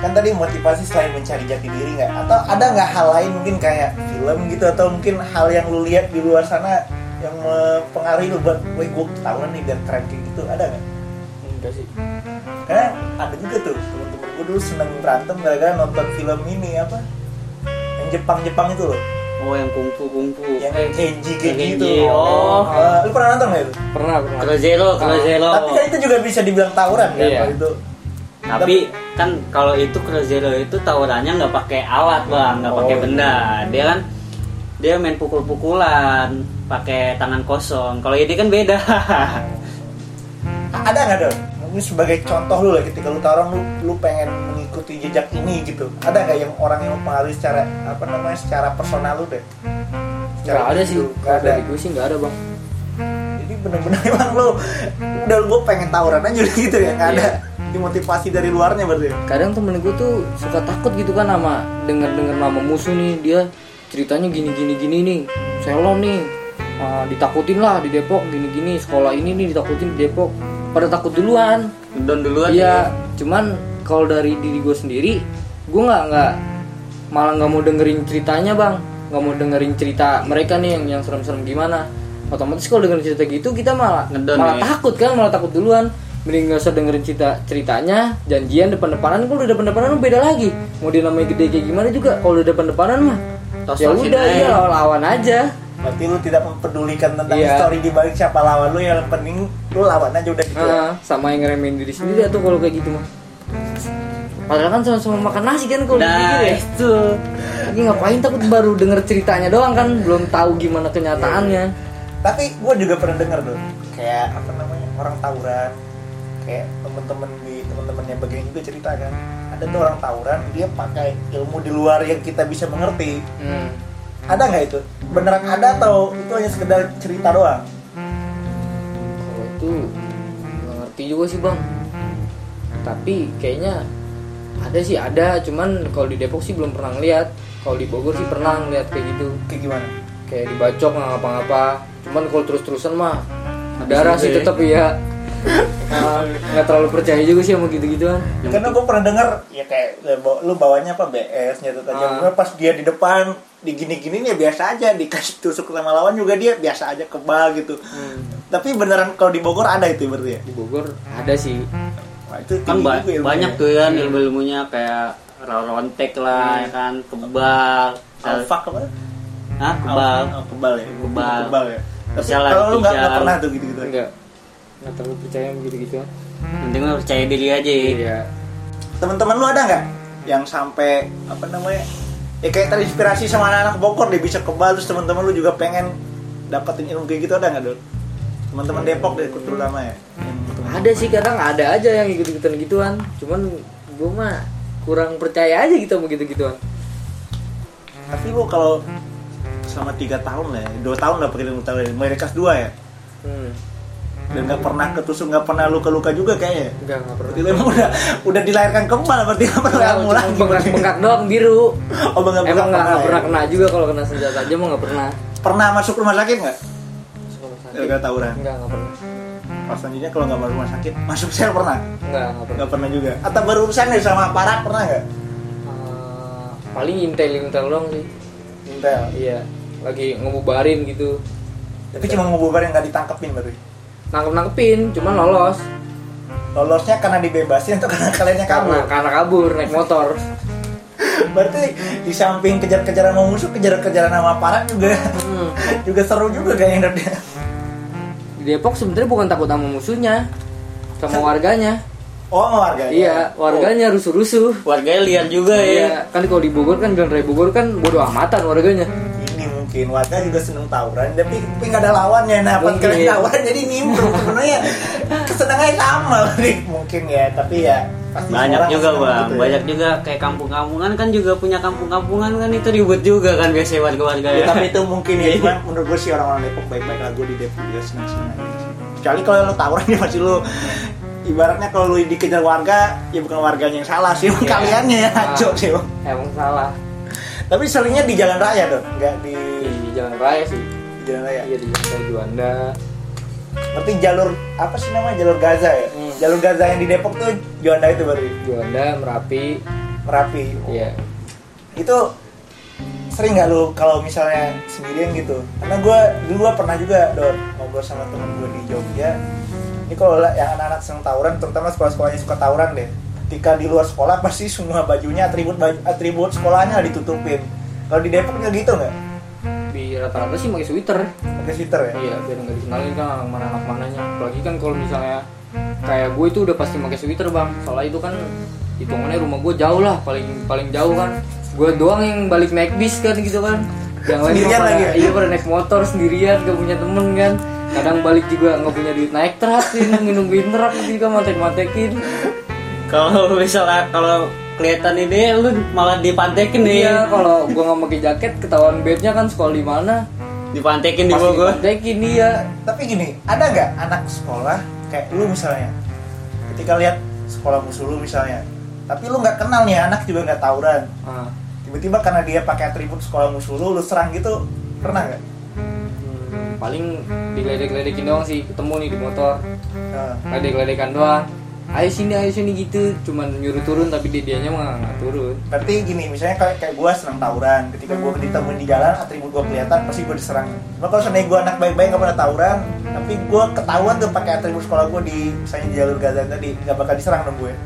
kan tadi motivasi selain mencari jati diri nggak? Atau ada nggak hal lain mungkin kayak film gitu atau mungkin hal yang lu lihat di luar sana yang mempengaruhi lu buat, wah gue ketahuan nih biar keren kayak gitu, ada nggak? Enggak sih. Karena ada juga tuh temen-temen gue dulu seneng berantem gara-gara nonton film ini apa? Yang Jepang-Jepang itu loh. Oh yang kungfu kungfu. Yang Eh, Kenji yang Kenji itu. Kenji. Oh. Uh, lu pernah nonton nggak itu? Pernah, pernah. Kalau Zero, kalau Ah. Zero. Tapi kan itu juga bisa dibilang tawuran kan Iya. kalau itu. Tapi kan kalau itu Crow Zero itu tawurannya nggak pakai alat bang, nggak pakai Oh, benda. Dia kan dia main pukul-pukulan, pakai tangan kosong. Kalau ini kan beda. Ada nggak dong? Mungkin sebagai contoh lu lah ketika lu tawuran lu, lu pengen mengikuti jejak ini gitu. Ada nggak yang orang yang mempengaruhi secara apa namanya secara personal lu deh? Nggak ada sih. Nggak Kalau ada. dari gue sih nggak ada bang. Jadi bener-bener emang lu udah lu pengen tawuran aja udah gitu ya, nggak ada Iya. dimotivasi dari luarnya berarti. Kadang temen gue tuh suka takut gitu kan sama denger-denger nama musuh nih, dia ceritanya gini-gini gini nih, Selon nih, uh, ditakutin lah di Depok gini-gini, sekolah ini nih ditakutin di Depok, pada takut duluan. Don duluan. Iya, cuman kalau dari diri gue sendiri, gue nggak nggak malah nggak mau dengerin ceritanya bang, nggak mau dengerin cerita mereka nih yang yang serem-serem gimana. Otomatis kalau dengerin cerita gitu kita malah Ngedon malah ya. takut kan, malah takut duluan. Mending nggak usah dengerin cerita ceritanya, janjian depan-depanan. Kalau udah depan-depanan beda lagi. Mau dia namanya gede kayak gimana juga, kalau udah depan-depanan mah ya Tos-tosin udah aja. ya lawan aja. Berarti lu tidak mempedulikan tentang Iya. histori di balik siapa lawan lu, yang penting lu lawan aja udah gitu. Ah, sama yang ngeremehin diri sendiri atau kalau kayak gitu mah. Padahal kan sama-sama makan nasi kan kalau Nah dipikir ya. itu. Ini ngapain takut baru denger ceritanya doang kan, belum tahu gimana kenyataannya. Tapi gue juga pernah dengar tuh kayak apa namanya orang tawuran, kayak temen-temen di temen-temennya bagian juga cerita kan, ada tuh orang tawuran dia pakai ilmu di luar yang kita bisa mengerti. Hmm. Ada nggak itu? Beneran ada atau itu hanya sekedar cerita doang? Kalau itu nggak ngerti juga sih bang. Tapi kayaknya ada sih ada, cuman kalau di Depok sih belum pernah ngeliat. Kalau di Bogor sih pernah ngeliat kayak gitu, Kayak gimana? kayak dibacok nggak ngapa-ngapa. Cuman kalau terus-terusan mah Habis darah juga sih ya. tetap ya. Ah, nggak terlalu percaya juga sih sama gitu-gituan. Karena gue pernah dengar ya kayak lu bawanya apa B S nyata tajam, Ah. pas dia di depan digini-gini ya biasa aja, dikasih tusuk sama lawan juga dia biasa aja kebal gitu. Hmm. Tapi beneran kalau di Bogor ada itu berarti ya? Di Bogor ada sih. Wah, itu Kan tinggi ba- juga ilmunya. banyak tuh kan ilmu-ilmunya kayak rontek lah, ya kan, kebal. Alfa apa? Hah, kebal. Oh, kebal ya. Kebal. Kebal ya. Tapi Bisa lah, kalau lu nggak tiga. nggak pernah tuh gitu-gitu. Enggak, nggak terlalu percaya sama gitu-gituan. Penting mah percaya diri aja. Iya. Teman-teman lu ada nggak yang sampai apa namanya? Ya kayak terinspirasi sama anak-anak Bogor dia bisa kebal, terus teman-teman lu juga pengen dapetin ilmu kayak gitu, ada nggak Dul? Teman-teman Depok deh terutama ya. Ada sih, kadang ada aja yang ikut-ikutan gituan. Cuman gue mah kurang percaya aja gitu sama gitu-gituan. Tapi lu kalau selama tiga tahun lah, ya, dua tahun lah pakai ilmu tawuran, mulai kelas dua ya, Hmm. dan nggak pernah ketusuk, nggak pernah luka-luka juga kayaknya. Enggak, enggak pernah. Berarti lu emang udah udah dilahirkan kebal, berarti nggak pernah ilmu Cuma lagi. bengkak-bengkak doang biru. Oh bengkak Emang nggak nggak ya? pernah kena juga, kalau kena senjata aja mah nggak pernah. Pernah masuk rumah sakit nggak? Sekolah sakit. Gara-gara tawuran. Enggak, enggak pernah. Pas selanjutnya kalau nggak masuk rumah sakit, masuk sel pernah? Enggak, enggak pernah. Nggak pernah juga. Atau berurusan deh sama aparat pernah nggak? Eh, paling intel-intel doang sih. Intel. Iya, lagi ngebubarin gitu. Tapi cuma ngububar yang nggak ditangkepin berarti. Nangkep-nangkepin, cuman lolos. Lolosnya karena dibebasin atau karena kaliannya kabur? Karena karena kabur naik motor. Berarti di samping kejar-kejaran sama musuh, kejar-kejaran sama aparat juga Hmm. juga seru juga kayaknya dia. Di Depok sebenarnya bukan takut sama musuhnya, sama warganya. Oh, sama warganya. Iya, warganya rusuh-rusuh. Warganya liar juga ya. Iya, kan kalau di Bogor kan Jalan Raya Bogor kan bodo amatan warganya. Ini mungkin warga juga seneng tawuran, tapi tapi nggak ada lawannya. Nah, pas Mungkin. kalian tawuran jadi nimbrung. Sebenarnya kesenangannya sama nih mungkin ya, tapi ya pasti Banyak semua orang juga seneng bang, gitu ya. banyak juga kayak kampung-kampungan kan juga punya kampung-kampungan kan itu ribut juga kan biasanya warga-warga Ya, ya. tapi itu mungkin ya, cuman menurut gue sih orang-orang Depok baik-baik lah, gue di Depok juga senang-senang aja sih. Kecuali kalau lo tawuran ya masih lo ibaratnya kalau lo dikejar warga ya bukan warganya yang salah sih, Iya. kaliannya yang Ah. ngaco sih bang. Emang salah. Tapi seringnya di jalan raya dong, nggak di, Di Jalan Raya sih. di jalan raya. Iya, di Jalan Raya Juanda. Berarti jalur apa sih namanya, jalur Gaza ya? Hmm. Jalur Gaza yang di Depok tuh Juanda itu berarti. Juanda, Merapi. Merapi. Iya. Itu sering nggak lu kalau misalnya sendirian gitu? Karena gue dulu gua pernah juga Dor, ngobrol sama temen gue di Jogja. Ini kalau yang anak-anak seneng tawuran, terutama sekolah-sekolahnya suka tawuran deh. Ketika di luar sekolah pasti semua bajunya atribut baju, atribut sekolahnya ditutupin. Kalau di Depok nggak gitu nggak? Di rata-rata sih pakai sweater. Pakai sweater ya? Iya, biar nggak dikenalin kan anak mana anak mananya. Apalagi kan kalau misalnya kayak gue itu udah pasti pakai sweater bang. Soalnya itu kan hitungannya rumah gue jauh lah, paling paling jauh kan. Gue doang yang balik naik bis kan gitu kan. Yang lain Sendirian pada, lagi ya? Iya pada naik motor sendirian, gak punya temen kan. Kadang balik juga nggak punya duit naik truk, sih nungguin truk juga mantek-mantekin. Kalau misalnya kalau kelihatan ini lu malah dipantekin nih. Iya, kalau gue nggak pakai jaket ketahuan bednya kan sekolah di mana. Dipantekin di Pasti gua. dipantekin dia. Tapi gini, ada nggak anak sekolah kayak lu misalnya, ketika lihat sekolah musuh lu misalnya, tapi lu nggak kenal nih anak juga nggak tawuran, Ah. tiba-tiba karena dia pakai atribut sekolah musuh lu, lu serang gitu, pernah nggak? Hmm, paling diledek-ledekin doang sih, ketemu nih di motor. Nah, Ledek-ledekan doang. Ayo sini, ayo sini gitu. Cuman nyuruh turun tapi dia dianya mah nggak turun. berarti gini, misalnya kayak kayak gue senang tawuran, ketika gue ditemuin di jalan, atribut gue kelihatan, pasti gue diserang. Cuma kalau seandainya gue anak baik-baik nggak pernah tawuran, tapi gue ketahuan tuh pakai atribut sekolah gue di misalnya di jalur Gaza tadi, nggak bakal diserang dong gue.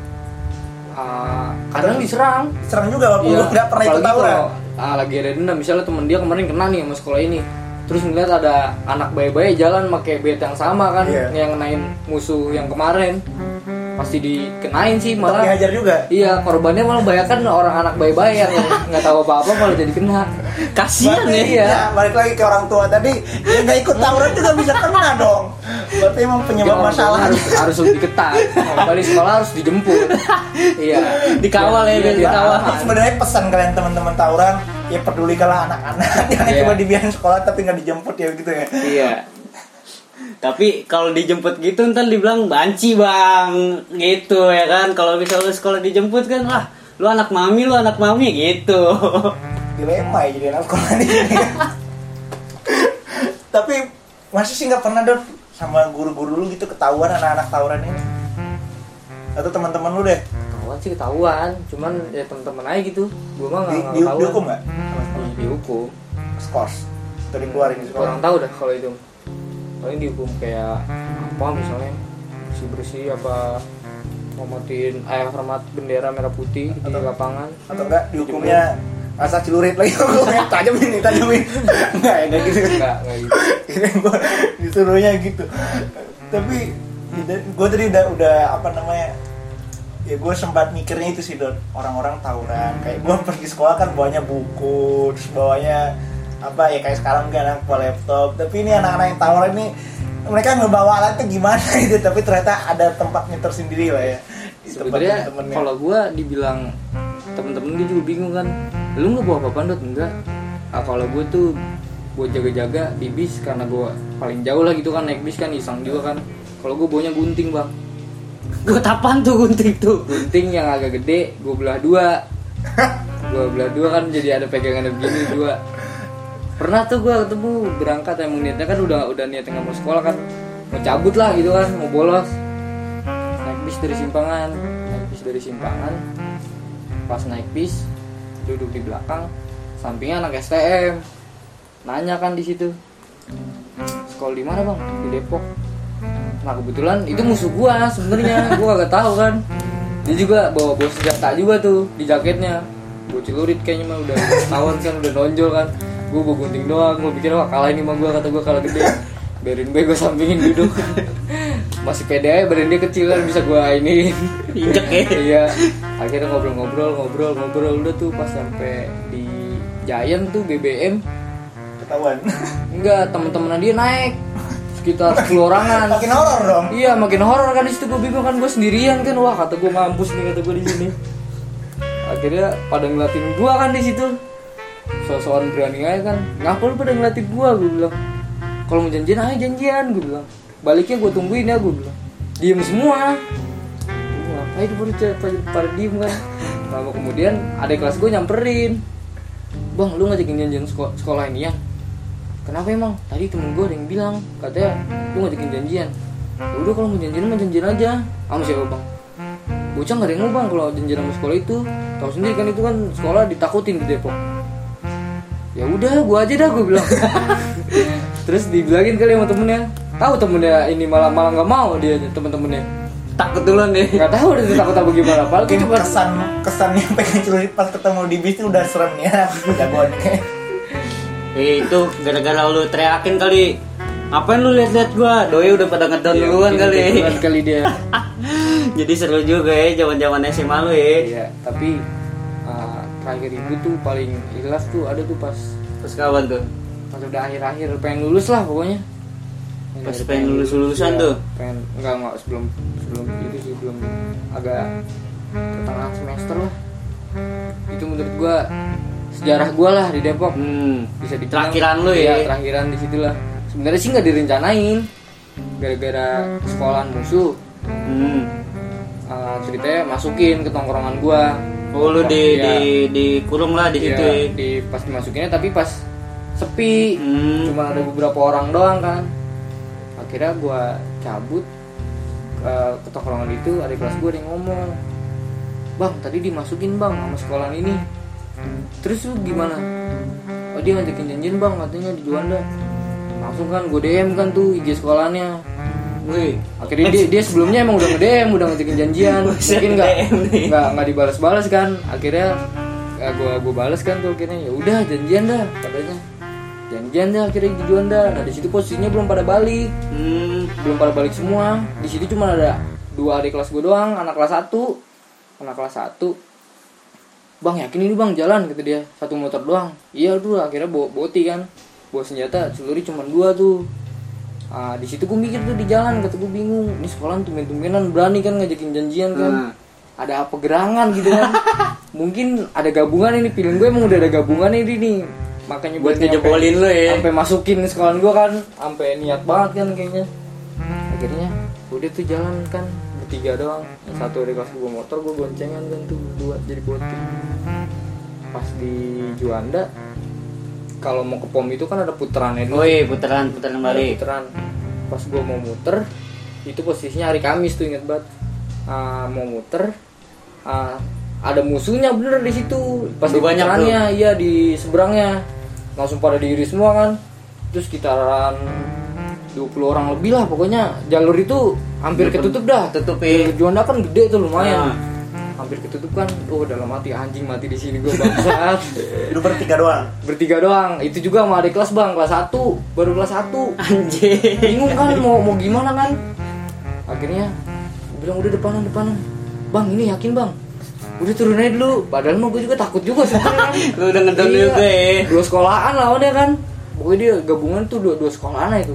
Ah, kadang diserang. Diserang juga walaupun Iya, gue nggak pernah ikut apalagi tawuran. kalau, ah, lagi ada dendam. Misalnya temen dia kemarin kena nih sama sekolah ini. Terus ngeliat ada anak bayi-bayi jalan pakai bet yang sama kan, Iya. yang ngenain musuh yang kemarin. Pasti dikenain sih, Tetap malah dihajar juga. iya, korbannya malah banyak kan orang anak bayi-bayi yang nggak tahu apa-apa malah jadi kena. Kasihan Berarti, ya. Iya. ya, balik lagi ke orang tua tadi, yang nggak ikut tawuran juga bisa kena dong. Berarti emang penyebab Orang tua masalah harus harus lebih ketat. Kembali sekolah harus dijemput. Iya. Dikawal ya, Iya, biar dikawal. Ini sebenarnya pesan kalian teman-teman tawuran, ya pedulikanlah anak-anak, jangan Iya. cuma dibiarin sekolah tapi nggak dijemput ya gitu ya. Iya. Tapi kalau dijemput gitu ntar dibilang banci bang, gitu ya kan. Kalau misalnya lu sekolah dijemput kan, ah lu anak mami, lu anak mami gitu. Dilema ya jadi anak sekolah di sini. Tapi masih sih nggak pernah dong sama guru-guru lu gitu ketahuan anak-anak tawuran ini? Atau teman-teman lu deh? Ketahuan sih ketahuan, cuman ya teman-teman aja gitu. Gua mah Di, nggak di, ketahuan. dihukum nggak? Di- dihukum. Skors atau dikeluarin di sekolah? Kurang tahu dah kalau itu. Paling dihukum kayak apa misalnya bersih-bersih apa ngomotin eh hormat bendera merah putih di lapangan. Atau enggak dihukumnya rasa celurit lagi hukumnya tajamin nih tajamin enggak ya enggak gitu Enggak, enggak gitu. kira gue disuruhnya gitu tapi gue tadi udah udah apa namanya ya gue sempat mikirnya itu sih Don, orang-orang tawuran kayak gue pergi sekolah kan bawanya buku terus bawanya apa ya kayak sekarang kan anak bawa laptop tapi ini anak-anak yang tawuran ini mereka ngebawa alatnya gimana gitu tapi ternyata ada tempatnya tersendiri lah ya di tempat Sebenarnya temen-temennya. kalau gue dibilang temen-temen gue juga bingung kan, lu nggak bawa apa-apa Dot? Enggak. Ah, kalau gue tuh gue jaga-jaga di bis karena gue paling jauh lah gitu kan naik bis kan iseng juga kan. Kalau gue bawanya gunting bang, Gue tapan tuh gunting tuh. gunting yang agak gede gue belah dua, gue belah dua kan jadi ada pegangan begini dua. Pernah tuh gue ketemu berangkat emang niatnya kan udah udah niat nggak mau sekolah kan, mau cabut lah gitu kan, mau bolos. Naik bis dari Simpangan, naik bis dari Simpangan. Pas naik bis, duduk di belakang, sampingnya anak S T M. Nanya kan di situ, sekolah di mana bang? Di Depok. Nah kebetulan itu musuh gua sebenarnya, gua kagak tahu kan. Dia juga bawa bawa senjata juga tuh di jaketnya. Gua celurit kayaknya mah udah ketahuan kan, udah nonjol kan. Gua bawa gunting doang, gua pikir wah kalah ini mah gua, kata gua kalah gede. Biarin be gua sampingin duduk. Masih pede aja badan dia kecil kan bisa gua ini Injek ya. Iya. Akhirnya ngobrol-ngobrol, ngobrol, ngobrol udah tuh pas sampai di Giant tuh B B M. Ketahuan. Enggak, teman-teman dia naik sekitar sepuluh orangan. Makin horor dong. Iya, makin horor kan di situ. Gue bingung kan, gue sendirian kan. Wah, kata gue mampus nih, kata gue di sini. Akhirnya pada ngeliatin gue kan di situ. So-soan berani aja kan. Ngapa lu pada ngeliatin gue? Gue bilang. Kalau mau janjian aja janjian, gue bilang. Baliknya gue tungguin ya, gue bilang. Diem semua. Wah, ayo pada pada, pada diem kan. Lama kemudian adik kelas gue nyamperin. Bang, lu ngajakin janjian sekolah, sekolah ini ya? Kenapa emang? Tadi temen gue ada yang bilang, katanya lu ngajakin janjian. Ya udah kalau mau janjian mah janjian aja. Sama siapa bang? bocah nggak ada yang mau bang kalau janjian sama sekolah itu. Tahu sendiri kan itu kan sekolah ditakutin di Depok. Ya udah gue aja dah gue bilang. Terus dibilangin kali sama temennya, tahu temennya ini malah malah nggak mau dia temen-temennya. Takut duluan deh. Nggak tahu dia takut apa gimana. Apalagi Mungkin cuma kesan kesannya pengen celurit pas ketemu di bis itu udah serem ya jagoannya. Eh, itu gara-gara lu teriakin kali. Ngapain lu lihat-lihat gua? Doi udah pada ngedon Iya, duluan mungkin kali. duluan kali dia. Jadi seru juga ya zaman-zaman S M A lu ya. Iya, tapi uh, terakhir itu tuh paling ikhlas tuh ada tuh pas Terus kawan tuh. pas udah akhir-akhir pengen lulus lah pokoknya. Pas pengen lulus-lulusan Iya, tuh. Pengen enggak enggak sebelum sebelum itu sih belum agak pertengahan semester lah. Itu menurut gua sejarah gua lah di Depok. Hmm. Bisa dibilang Terakhiran lu ya. Iya, terakhiran di situlah. Sebenarnya sih nggak direncanain. Gara-gara sekolahan musuh. Hmm. Uh, ceritanya masukin ke tongkrongan gua. Oh lu di Iya. di dikurung lah di Iya, situ ya. di pas dimasukinnya tapi pas sepi. Hmm. Cuma ada beberapa orang doang kan. Akhirnya gua cabut ke, ke tongkrongan itu, adik kelas gua ada yang ngomong, "Bang, tadi dimasukin bang sama sekolahan ini." Terus lu gimana? Oh dia ngajakin janjian bang, katanya di Juanda. Langsung kan gue D M kan tuh I G sekolahannya. Wih. Akhirnya dia, dia sebelumnya emang udah nge-D M, udah ngajakin janjian. Mungkin nggak nggak nggak dibalas-balas kan. Akhirnya ya gue gue balas kan tuh akhirnya. Ya udah janjian dah katanya. Janjian dah akhirnya di Juanda. Nah di situ posisinya belum pada balik, Hmm. belum pada balik semua. Di situ cuma ada dua adik kelas gue doang, anak kelas satu, anak kelas satu. Bang yakin ini bang jalan kata dia, satu motor doang. Iya tuh akhirnya bawa boti kan, bawa senjata, celuri cuma dua tuh. Ah di situ gue mikir tuh di jalan, kata gue bingung, ini sekolah tumben-tumbenan berani kan ngajakin janjian kan. Hmm. Ada apa gerangan gitu kan? Mungkin ada gabungan ini, feeling gue emang udah ada gabungan ini nih. Makanya Buat ngejebolin lu ya. sampai masukin sekolahan gue kan, sampai niat banget kan kayaknya. Akhirnya udah tuh jalan kan bertiga doang, yang satu dari kelas gue motor, gue goncengan kan tuh berdua jadi boti. Pas di Juanda kalau mau ke pom itu kan ada puterannya dulu. Woi, putaran putaran Ada balik. puteran. Pas gue mau muter itu posisinya hari Kamis tuh, inget banget. Ah, mau muter ah, ada musuhnya bener di situ. Pas di Udah banyak puterannya iya di seberangnya langsung pada diri semua kan. Terus sekitaran dua puluh orang lebih lah pokoknya. Jalur itu hampir ketutup dah. Tutup ya. Juanda kan gede tuh lumayan. Ah. Hampir ketutup kan. Oh dalam hati anjing mati di sini gue bangsat. Lu bertiga doang. Bertiga doang. Itu juga sama adik kelas bang, kelas satu, baru kelas satu. Anjir. Bingung kan mau mau gimana kan. Akhirnya gua bilang udah depanan depanan. Bang ini yakin bang. Udah turun aja dulu. Padahal mah gue juga takut juga sebenarnya. Lu udah ngedon Iya, juga ya. dua sekolahan lawannya kan. Pokoknya dia gabungan tuh dua dua sekolahan itu.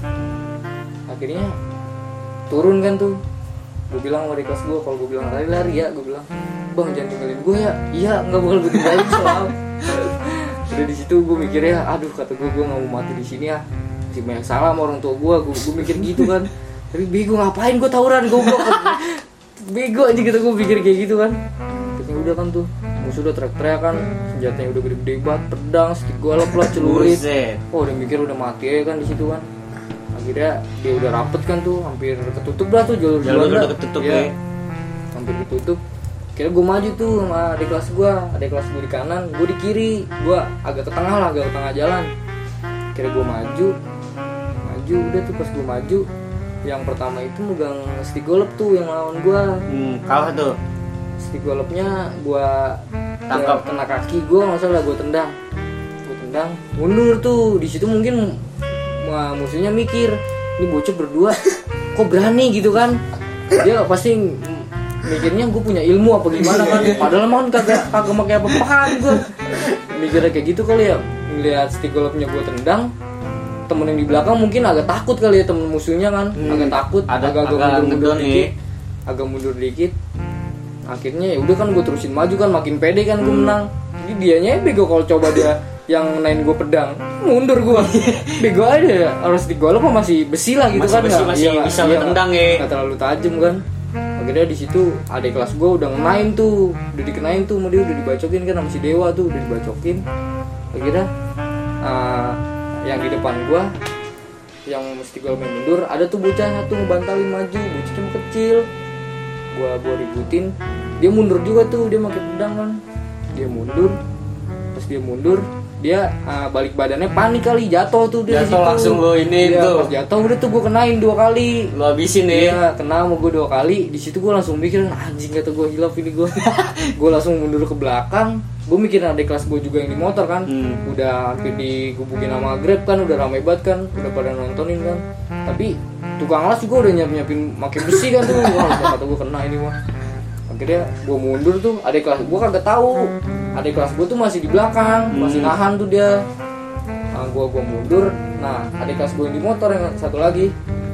Akhirnya turun kan tuh. Gue bilang sama adik kelas gue, kalau gue bilang lari-lari ya, gue bilang, "Bang jangan tinggalin gue ya." "Iya, nggak bakal gue tinggalin selalu." Udah di situ gue mikirnya, aduh kata gue gue nggak mau mati di sini ya. Masih banyak salah sama orang tua gue, gue, gue mikir gitu kan. Tapi bego ngapain gue tawuran goblok. Bego aja gitu gue pikir kayak gitu kan. Terus udah kan tuh, musuh udah teriak-teriak kan, senjatanya udah gede-gede banget, pedang, stick golok lah, celurit. Buset. Oh udah mikir udah mati aja kan di situ kan. Akhirnya dia udah rapet kan tuh, hampir ketutup lah tuh jalur Jalur Juanda. udah ketutup Iya. ya. Hampir ketutup. Kira gue maju tuh sama adik kelas gue, adik kelas gue di kanan, gue di kiri, gue agak ke tengah lah, agak ke tengah jalan. Kira gue maju, maju udah tuh pas gue maju, yang pertama itu megang stick golep tuh yang lawan gue. Hmm, kalah tuh. Stick golepnya gue Tangkap. kena kaki gue, nggak salah gue tendang, gue tendang, mundur tuh. Di situ mungkin wah, musuhnya mikir, ini bocah berdua kok berani gitu kan. Dia pasti mikirnya gue punya ilmu apa gimana kan. Padahal emang kagak kagak pakai apa-apaan gue. Mikirnya kayak gitu kali ya. Ngeliat stick golopnya gue tendang, temen yang di belakang mungkin agak takut kali ya, temen musuhnya kan. Hmm, Agak takut, ada- agak agak agak mundur-mundur ngedon dikit. ya. Agak mundur dikit. Akhirnya ya udah kan gue terusin maju kan, makin pede kan gue Hmm. menang. Jadi dianya bego kalau coba dia yang naik gue pedang, mundur gue. Bego aja ya, harus digolok mah masih besi lah gitu Masih kan. besi, nggak- masih nggak- bisa lu tendang ya. nggak terlalu tajam kan. Akhirnya di situ adik kelas gue udah ngenain tuh, udah dikenain tuh sama dia, udah dibacokin kan sama si Dewa tuh, udah dibacokin. Akhirnya uh, yang di depan gue, yang mesti gue mundur, ada tuh bocah satu ngebantalin maju, bocah cuma kecil. gue gue ributin, dia mundur juga tuh, dia pakai pedang kan, dia mundur, pas dia mundur dia uh, balik badannya panik kali, jatuh tuh dia jatuh langsung lo ini dia, tuh pas jatuh udah tuh gue kenain dua kali, lo habisin nih. Iya, kena sama gue dua kali. Di situ gue langsung mikir, anjing kata gue hilaf ini gue. Gue langsung mundur ke belakang. Gue mikirin adik kelas gue juga yang di motor kan, hmm. udah hampir digubukin sama Grab kan, udah rame banget kan, udah pada nontonin kan. Tapi tukang las juga udah nyiap nyiapin makin besi kan tuh. Wah, kata gue kena ini mah. Akhirnya gue mundur tuh, adik kelas gue kagak tahu. Adik kelas gue tuh masih di belakang, hmm. masih nahan tuh dia. Nah, gue gue mundur. Nah, adik kelas gue yang di motor yang satu lagi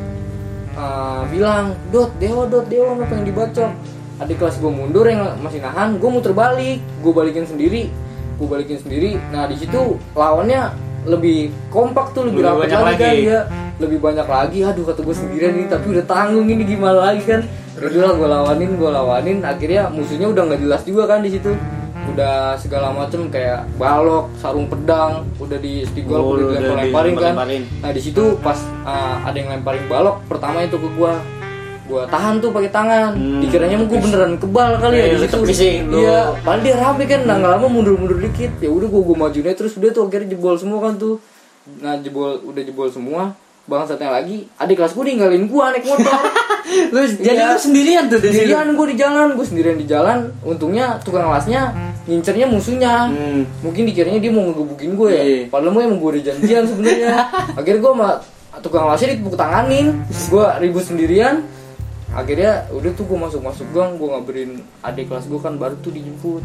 uh, bilang, Dot, Dewa, Dot, Dewa, apa yang dibacok? Adik kelas gue mundur yang masih nahan, gue muter balik, gue balikin sendiri, gue balikin sendiri. Nah di situ lawannya lebih kompak tuh, lebih, lebih rapat lagi kan dia, lebih banyak lagi. Aduh kata gue sendirian ini, tapi udah tanggung ini gimana lagi kan? Udah lah gue lawanin, gue lawanin. Akhirnya musuhnya udah nggak jelas juga kan di situ. Udah segala macem kayak balok, sarung pedang, udah di stigol, oh, udah dilempar-lemparin kan. Nah di situ pas uh, ada yang lemparin balok, pertama itu ke gue. Gua tahan tuh pakai tangan, hmm. dikiranya mau gue beneran kebal kali ya, ya di situ. Iya, padahal dia rame kan, nggak lama mundur-mundur dikit. Ya udah gue gue majuin terus udah tuh akhirnya jebol semua kan tuh. Nah jebol udah jebol semua. Bang satunya lagi, adik kelas gue ninggalin gue naik motor. Lu jadi ya, lu sendirian tuh di sendirian gue di jalan, gue sendirian di jalan. Untungnya tukang kelasnya ngincernya musuhnya. Hmm. Mungkin dikiranya dia mau ngegebukin gue ya. Yeah. Padahal mau emang gue udah janjian sebenarnya. Akhirnya gue sama tukang kelasnya ditepuk tanganin, gue ribut sendirian. Akhirnya udah tuh gue masuk-masuk gang, gue ngabarin adik kelas gue kan baru tuh dijemput.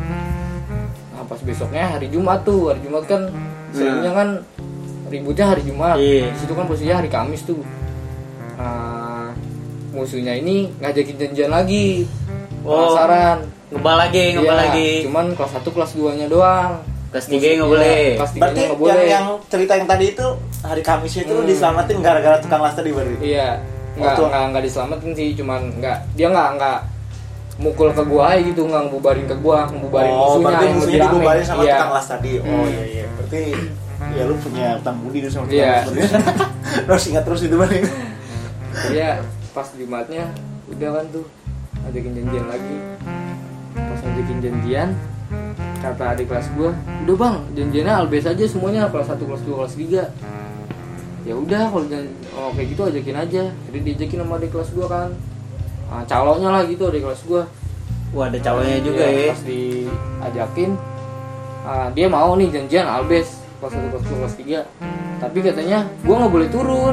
Nah pas besoknya hari Jumat tuh, hari Jumat kan seringnya kan ributnya hari Jumat. Yeah. Di situ kan posisinya hari Kamis tuh. Nah, musuhnya ini ngajakin janjian lagi. Oh, penasaran. Ngebal lagi, ngebal ya, lagi. Cuman kelas satu, kelas dua nya doang. Kelas tiga nggak boleh. Kelas tiga berarti nggak boleh. Yang, yang cerita yang tadi itu hari Kamis itu hmm. diselamatin gara-gara tukang las tadi berarti. Iya. Nggak, nggak, nggak diselamatin sih, cuman nggak, dia nggak, nggak mukul ke gua aja gitu, nggak ngebubarin ke gua, ngebubarin oh, musuhnya yang musuhnya lebih dibubarin rame. sama Iya. tukang las tadi. Oh hmm. iya iya, berarti ya lu punya utang budi tuh sama tukang yeah. las. Terus ingat terus itu bang. Iya, pas Jumatnya udah kan tuh ajakin janjian lagi. Pas ajakin janjian, kata adik kelas gua, udah bang, janjiannya albes aja semuanya, kelas satu, kelas dua, kelas tiga. Ya udah kalau oh, kayak gitu ajakin aja. Jadi diajakin sama adik kelas gua kan, nah, calonnya lah gitu adik kelas gua. Wah ada calonnya juga ya. Pas diajakin, uh, dia mau nih janjian albes kelas satu, kelas dua, kelas tiga. Tapi katanya gua nggak boleh turun.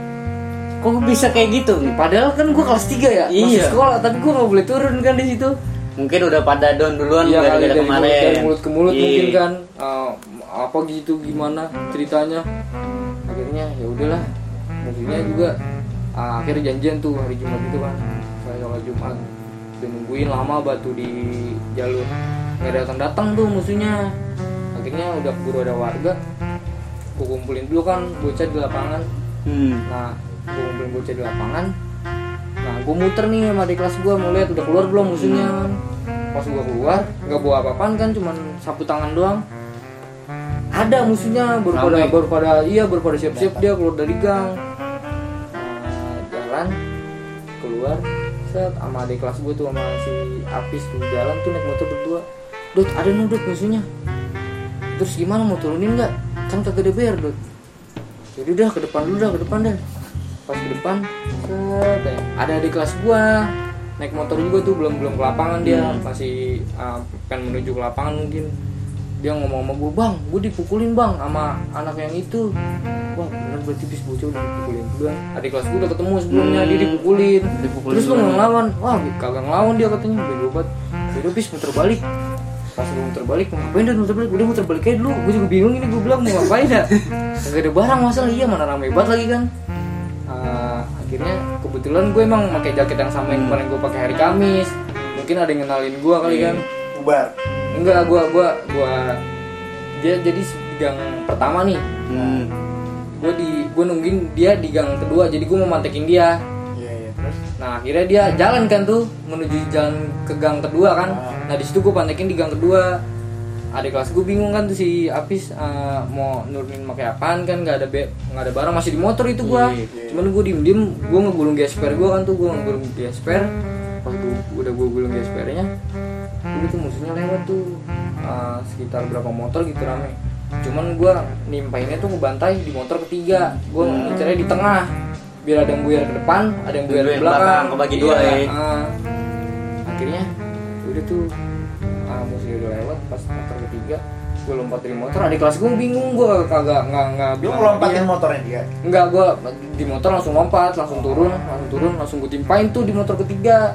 Kok bisa kayak gitu? Padahal kan gua kelas tiga ya, iya. masih sekolah, tapi gua nggak boleh turun kan di situ. Mungkin udah pada down duluan iya, gara-gara dari kemarin. Mulut, dari mulut ke mulut Iyi. mungkin kan, uh, apa gitu gimana ceritanya. Akhirnya ya udahlah, musuhnya juga uh, akhirnya janjian tuh hari Jumat itu kan, saya sholat Jumat udah nungguin lama batu di jalur nggak datang datang tuh musuhnya. Akhirnya udah keburu ada warga, gue kumpulin dulu kan bocah di lapangan. hmm. Nah gue kumpulin bocah di lapangan, nah gue muter nih sama di kelas gue mau lihat udah keluar belum musuhnya kan. Pas gue keluar nggak bawa apa-apaan kan, cuman sapu tangan doang. Ada musuhnya baru pada baru pada iya baru pada siap-siap dia keluar dari gang. Nah, jalan keluar set sama adik kelas gue tuh sama si Apis tuh jalan tuh naik motor berdua. Dot ada nih Dot musuhnya. Terus gimana mau turunin nggak? Kan kagak D B R Dot. Jadi udah ke depan dulu dah ke depan dah. Pas ke depan set ada adik kelas gue naik motor juga tuh belum belum ke lapangan dia hmm. masih uh, pengen menuju ke lapangan mungkin. Dia ngomong sama gue, bang, gue dipukulin bang sama anak yang itu. Wah bener berarti bis bocah udah dipukulin duluan. Adik kelas gue udah ketemu sebelumnya, hmm. dia dipukulin, dipukulin terus lu gak ngelawan. Wah kagak ngelawan dia katanya, bego banget. Yaudah bis muter balik. Pas gue muter balik, mau ngapain dah muter balik? Udah muter balik aja dulu, gue juga bingung ini, gue bilang mau ngapain dah. Gak ada barang masalah, iya mana rame banget lagi kan. uh, Akhirnya kebetulan gue emang pakai jaket yang sama yang kemarin gue pakai hari Kamis. Mungkin ada yang kenalin gue kali kan. Bubar. Enggak, gua gua gua dia jadi di gang pertama nih. Hmm. Gua di gua nungguin dia di gang kedua, jadi gua mau mantekin dia. Iya, iya, terus. Nah, akhirnya dia jalan kan tuh menuju jalan ke gang kedua kan. Ah. Nah, di situ gua mantekin di gang kedua. Adik kelas gua bingung kan tuh si Apis uh, mau nurunin pakai apaan kan, enggak ada be- enggak ada barang, masih di motor itu gua. Yeah, yeah. Cuman gua diem-diem gua ngegulung gesper gua kan tuh, gua ngegulung gesper. Pas gua udah udah gue gulung G S P R-nya, udah tuh musuhnya lewat tuh uh, sekitar berapa motor gitu rame. Cuman gue nimpainnya tuh ngebantai di motor ketiga, gue Hmm. ngincernya di tengah biar ada yang buyar ke depan, ada yang buyar Dua ke yang belakang, belakang, kebagi dua, Iya, ya. uh, akhirnya udah tuh uh, musuhnya udah lewat pas motor ketiga, gue lompat dari motor, adik kelas gue bingung, gue kagak nggak nggak Lu bilang ngelompatin dia. motornya dia. Enggak, gue di motor langsung lompat, langsung turun, langsung turun, langsung gue timpain tuh di motor ketiga.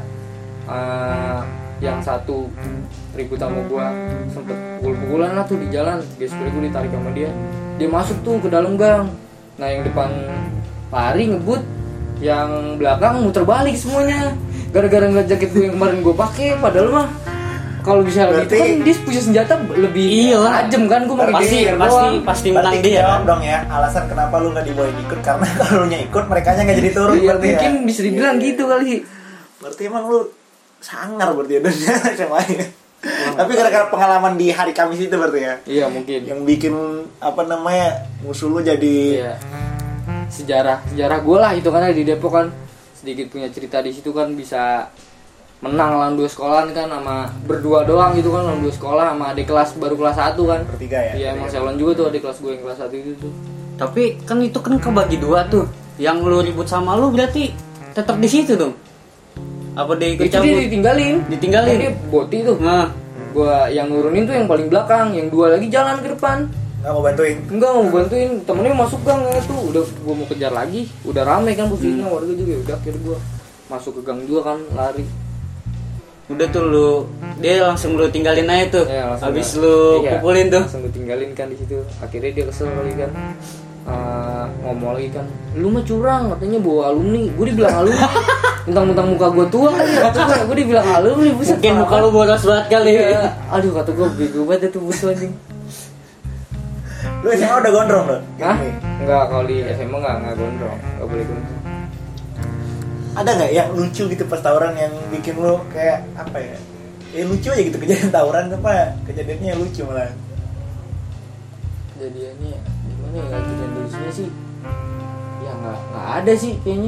Uh, yang satu ribut sama gue, sempet pukul-pukulan lah tuh di jalan. G S P R gue ditarik sama dia, dia masuk tuh ke dalam gang. Nah yang depan lari ngebut, yang belakang muter balik semuanya. Gara-gara ngeliat jaket gue yang kemarin gue pakai, padahal mah kalau bisa gitu Berarti- kan dia punya senjata lebih Iya lah. tajam kan, gue pakai Pasti, G S P R pasti, doang. pasti Berarti menang dia. jawab dong ya, alasan kenapa lu nggak dibolehin ikut karena kalau lu nya ikut mereka nya nggak jadi turun. Iya, berarti mungkin ya? bisa dibilang Iya. gitu kali. Berarti emang lu sangar berarti ya dan semuanya. Tapi gara-gara pengalaman di hari Kamis itu berarti ya, Iya mungkin. yang bikin apa namanya musuh lu jadi Iya. Sejarah sejarah gue lah itu karena di Depok kan sedikit punya cerita di situ kan, bisa menang lawan dua sekolahan kan, sama berdua doang gitu kan, lawan dua sekolah sama adik kelas baru kelas satu kan. bertiga ya. Iya emang saya juga tuh adik kelas gue yang kelas satu itu tuh. Tapi kan itu kan kebagi dua tuh. Yang lu ribut sama lu berarti tetap di situ dong. Apa dia ikut Itu dia cabut? ditinggalin. Ditinggalin. Dia boti tuh. Nah, Gua yang nurunin tuh yang paling belakang, yang dua lagi jalan ke depan. Nggak mau bantuin. Enggak mau bantuin, temennya masuk gang ya tuh, udah gua mau kejar lagi, udah rame kan posisinya, warga juga udah akhirnya gua masuk ke gang juga kan, lari. udah tuh lu dia langsung lu tinggalin aja tuh. Ya, langsung Habis gua- lu iya, pukulin tuh. langsung gue tinggalin kan di situ. Akhirnya dia kesel kali kan. Uh, ngomong lagi kan, lu mah curang, katanya bawa alumni. Gue dibilang alumni, mentang-mentang muka gue tua kan ya, kata gue, gue dibilang alumni. Buset, Mungkin muka lu boros banget kali. Iya. Aduh kata gue bego banget itu bus anjing. Lu S M A udah gondrong lo? Hah? Enggak, kalau di S M A enggak, enggak gondrong, enggak boleh gondrong. Ada nggak yang lucu gitu pas tawuran yang bikin lu kayak apa ya? Ya lucu aja gitu kejadian tawuran apa kejadiannya lucu malah. Kejadiannya gimana ya, kejadian lucunya sih ya nggak nggak ada sih kayaknya.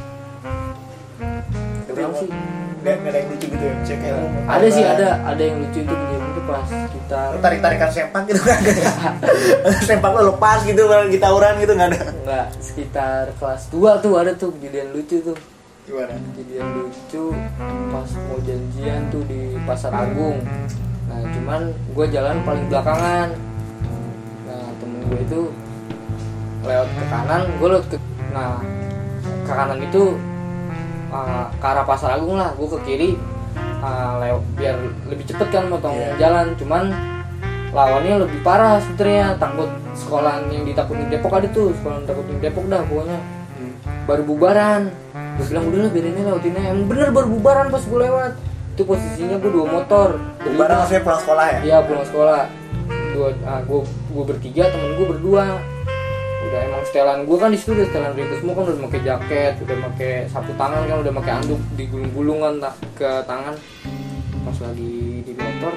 Kurang sih. Nggak nggak ada yang lucu gitu ya? Cek kayak lu Ada sih, ada ada yang lucu itu kejadian itu pas kita Lu tarik-tarikan sempak gitu kan? Sempak lu lepas gitu kalau di tawuran gitu nggak ada. nggak sekitar kelas dua tuh ada tuh kejadian lucu tuh. Gimana? Kejadian lucu pas mau janjian tuh di Pasar Agung. Nah cuman gue jalan paling belakangan. Nah temen gue itu lewat ke kanan, gue lewat ke nah ke kanan itu uh, ke arah Pasar Agung lah, gue ke kiri uh, lewat biar lebih cepet kan motong Yeah. jalan. Cuman lawannya lebih parah sebenarnya, takut sekolahan yang ditakutin Depok ada tuh, sekolah yang ditakutin Depok dah pokoknya. Baru bubaran, gue bilang udah lah biarin aja lewatin aja. Emang bener baru bubaran pas gue lewat. Itu posisinya gue dua motor. Barang maksudnya pulang sekolah ya? Iya pulang sekolah. Dua, ah, gue gue bertiga, temen gue berdua. Udah emang setelan gue kan di situ udah setelan ringkus semua kan, udah pakai jaket, udah pakai sapu tangan kan, udah pakai anduk digulung-gulung kan ta- ke tangan. Pas lagi di motor,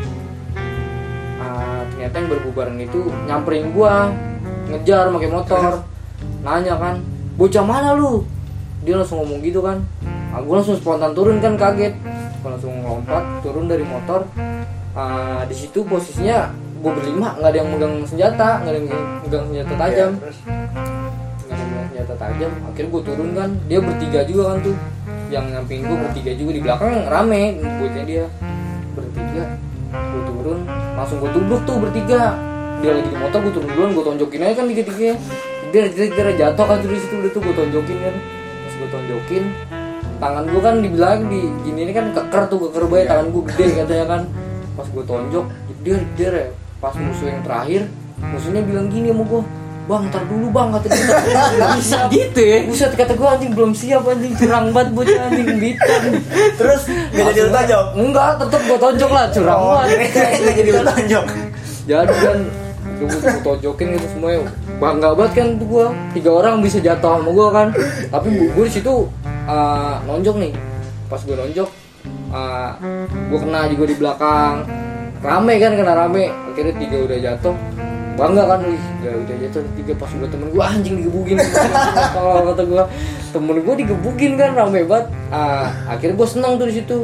ah, ternyata yang berbubaran itu nyamperin gue, ngejar pakai motor, nanya kan, bocah mana lu? Dia langsung ngomong gitu kan. Ah, gue langsung spontan turun kan, kaget. Gue langsung lompat turun dari motor. Ah, di situ posisinya gue berlima, nggak ada yang megang senjata, nggak ada yang megang senjata tajam, Ya, terus nggak ada yang megang senjata tajam. Akhirnya gue turun kan, dia bertiga juga kan tuh, yang nyampingin gue bertiga juga, di belakang rame, buatnya dia bertiga. Gue turun, langsung gue tubruk tuh bertiga. Dia lagi di motor, gue turun duluan, gue tonjokin aja kan tiga-tiga. Dia dia jatuh kan tuh di situ, udah tuh gue tonjokin kan, pas gue tonjokin, tangan gue kan dibilang di gini ini kan keker tuh, keker banget, tangan gue gede katanya kan. Pas gue tonjok, dia dia ya. Pas musuh yang terakhir, musuhnya bilang gini sama gue, bang ntar dulu bang, kata dia, belum Bisa siap. gitu ya. Buset, kata gue anjing belum siap, anjing curang banget bocah anjing bitan. terus nggak jadi lu tonjok? Enggak, tetep gue tonjok lah, curang Oh, banget. kira-kira nggak jadi lu tonjok. Jadi kan gue gue tonjokin gitu semuanya, bangga banget kan tuh gue, tiga orang bisa jatuh sama gue kan. Tapi gue di situ uh, nonjok nih, pas gue nonjok, uh, gue kena juga di belakang, rame kan, kena rame. Akhirnya tiga udah jatuh, bangga kan, wih udah, udah jatuh tiga. Pas gue temen gue anjing digebukin. Kalau kata gue, temen gue digebukin kan, rame banget. Uh, akhirnya gue senang tuh di situ.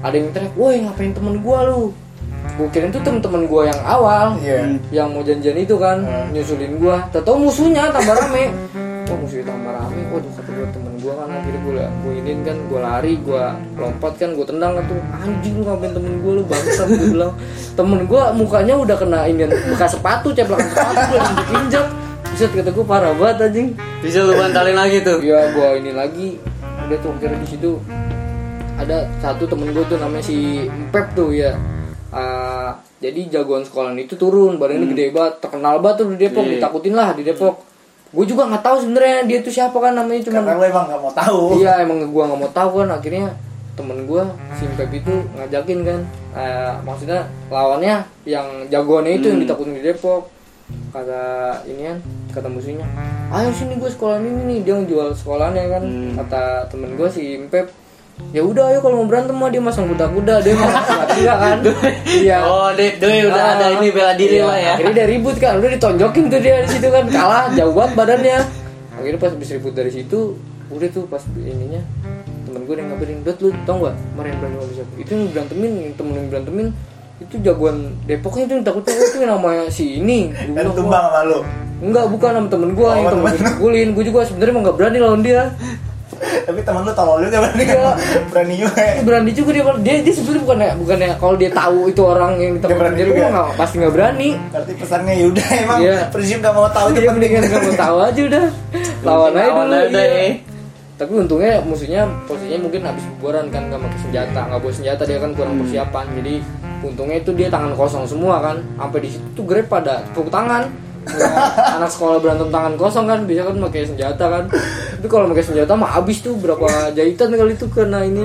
ada yang teriak, woi ngapain temen gue lu. Gue kira itu temen-temen gue yang awal, yeah. yang mau janjian itu kan, hmm. nyusulin gue. Tahu musuhnya tambah rame. Oh musuhnya tambah rame. Waduh kata gue temen gue kan akhirnya gue gue iniin kan, gue lari, gue lompat kan, gue tendang kan tuh. Anjing lu ngapain temen gue lu bangsat. Gue bilang temen gue mukanya udah kena ini bekas sepatu, ceplakan sepatu gue injek-injek. Bisa kata gue parah banget anjing. Bisa lu bantalin lagi tuh. Iya gue ini lagi. Udah tuh akhirnya di situ ada satu temen gue tuh namanya si Pep tuh ya. Uh, jadi jagoan sekolah itu turun, badannya hmm. gede banget, terkenal banget tuh di Depok, yeah. ditakutin lah di Depok. Gue juga nggak tahu sebenarnya dia tuh siapa kan namanya, cuman karena lo emang nggak mau tahu. Iya emang gue nggak mau tahu kan, akhirnya temen gue si Pep itu ngajakin kan, uh, maksudnya lawannya yang jagoannya itu hmm. yang ditakutin di Depok. Kata ini kan, kata musuhnya, ayo sini gue sekolah ini nih, dia ngejual sekolahnya kan. hmm. Kata temen gue si Pep, ya udah ayo kalau mau berantem mah dia masang kuda-kuda, dia masang kuda kan. Iya. Oh, dia, dia udah uh, ada ini bela diri iya. lah ya. Akhirnya dia ribut kan, udah ditonjokin tuh dia di situ kan, kalah jauh banget badannya. Akhirnya pas habis ribut dari situ, udah tuh pas ininya temen gue yang ngabarin, "Dot lu tau enggak, kemarin berantem sama siapa?" Itu yang berantemin, yang temen yang berantemin itu jagoan Depoknya itu yang takutnya itu yang namanya si ini. Dan tumbang sama lu. Enggak, bukan sama temen gue oh, yang temen gue dipukulin. Gue juga sebenarnya emang enggak berani lawan dia. Tapi teman lu tolol juga berani kan? Berani juga ya? Berani juga dia, dia, dia sebenarnya bukannya, bukannya kalau dia tahu itu orang yang ditemukan dia juga nggak, pasti nggak berani. Berarti pesannya yaudah emang yeah. Prinsip nggak mau tahu itu dia penting. Nggak mau tahu aja udah, lawan aja dulu. Iya. Ya. Tapi untungnya musuhnya posisinya mungkin habis bubaran kan, nggak pakai senjata, nggak bawa senjata, dia kan kurang persiapan. Jadi untungnya itu dia tangan kosong semua kan, sampai di situ tuh grab pada tepuk tangan. Ya, anak sekolah berantem tangan kosong kan, bisa kan pakai senjata kan. Tapi kalau pakai senjata mah habis tuh berapa jahitan kali itu kena ini.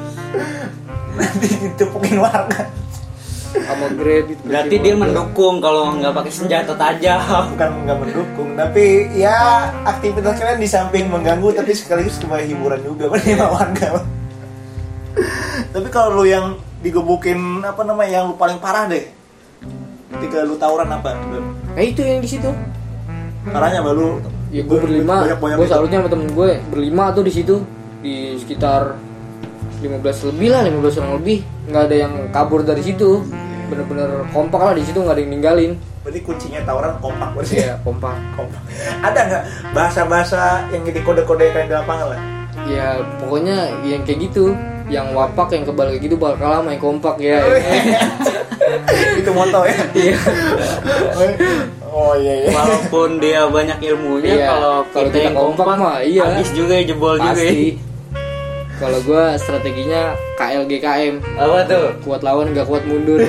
Nanti ditepukin warga. Sama grade itu. Berarti dia warga. Mendukung kalau nggak pakai senjata tajam. Bukan nggak mendukung, tapi ya aktivitas kalian di samping mengganggu tapi sekaligus sebagai hiburan juga bagi warga. Tapi kalau lu yang digebukin apa namanya, yang lu paling parah deh ketika lu tawuran apa? Nah itu yang di situ. Parahnya baru. Ya gue berlima. Gue salutnya sama temen gue berlima tuh di situ, di sekitar lima belas lebih lah, lima belas orang lebih. Nggak ada yang kabur dari situ. Bener-bener kompak lah di situ, nggak ada yang ninggalin. Berarti kuncinya tawuran kompak berarti. Iya kompak. Kompak. Ada nggak bahasa-bahasa yang jadi kode-kode kayak di lapangan lah? Ya pokoknya yang kayak gitu, yang wapak, yang kebal kayak gitu bakal lama, yang kompak ya. Itu moto ya. Iya. Oh iya iya. Walaupun dia banyak ilmunya, iya. kalau kalau kita yang kompak, kompak mah iya. Habis juga jebol pasti. Juga. Ya. Kalau gue strateginya K L G K M. Apa tuh? Kuat lawan gak kuat mundur.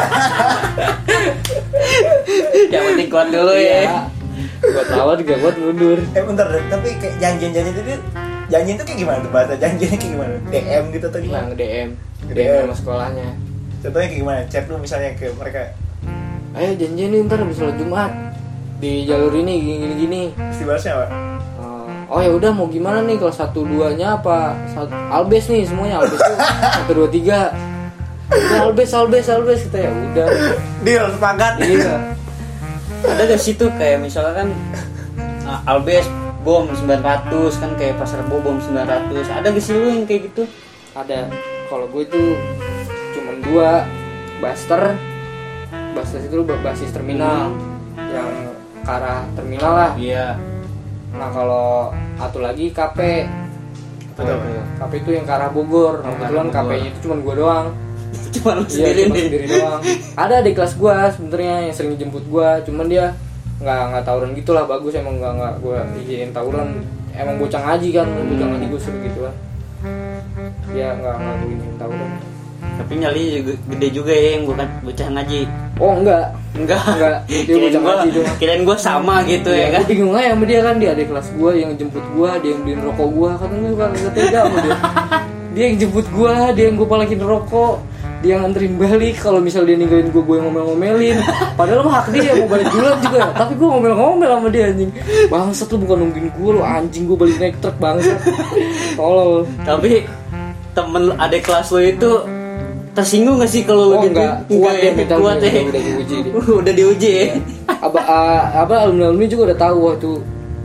Yang penting kuat dulu ya. Iya. Kuat lawan gak kuat mundur. Eh bentar, tapi kayak janjian-janjian itu janjian itu kayak gimana tuh, bahasa janjiannya kayak gimana? D M gitu atau gimana? Nah, D M. D M sama sekolahnya. Contohnya kayak gimana? Chat lu misalnya ke mereka. Ayo janjian nih ntar habis sholat Jumat di jalur ini gini-gini. Pasti bahasnya apa? Oh ya udah mau gimana nih, kalau satu duanya apa? Satu, albes nih semuanya, albes tuh satu dua tiga. Udah albes albes albes kita ya udah. Deal sepakat. Iya. Ada gak situ kayak misalnya kan uh, albes bom sembilan ratus kan, kayak pasar bom sembilan ratus. Ada gak sih lu yang kayak gitu? Ada. Kalau gue itu cuman dua, Buster. Buster itu basis terminal hmm. yang ke arah terminal lah. Iya. Nah kalau satu lagi K P. Betul. K P itu yang ke arah Bogor. Nah, kebetulan K P-nya itu cuma gue doang. Cuma lu iya, sendiri cuma sendiri doang. Ada di kelas gue sebenarnya yang sering jemput gue, cuman dia nggak nggak tawuran gitulah, bagus emang nggak nggak gue izinin tawuran. Emang bocah ngaji kan, bocah ngaji gue suruh gitu kan. Dia nggak nggak gue izinin tawuran. Tapi nyali juga, gede juga ya yang bukan bocah ngaji. Oh enggak, enggak, enggak. Dia bocah ngaji doang. Kirain gue sama gitu ya, ya kan? Gue bingung aja sama dia kan, dia adik kelas gue yang jemput gue, dia yang beliin rokok gue, katanya gue nggak tega sama dia. Dia yang jemput gue, dia yang gue palakin rokok, dia yang nganterin balik. Kalau misal dia ninggalin gue, gue yang ngomel-ngomelin. Padahal mah hak dia mau balik duluan juga, tapi gue ngomel-ngomel sama dia anjing. Bangsat lu, bukan nungguin gue lu anjing, gue balik naik truk bangsat. Tolol. Tapi temen adik kelas lo itu tersinggung gak sih kalau oh, gitu? Enggak, kuat ya, ya, kuat ya. Udah, udah diuji dia. Udah diuji ya. Apa uh, apa alumni-alumni juga udah tahu waktu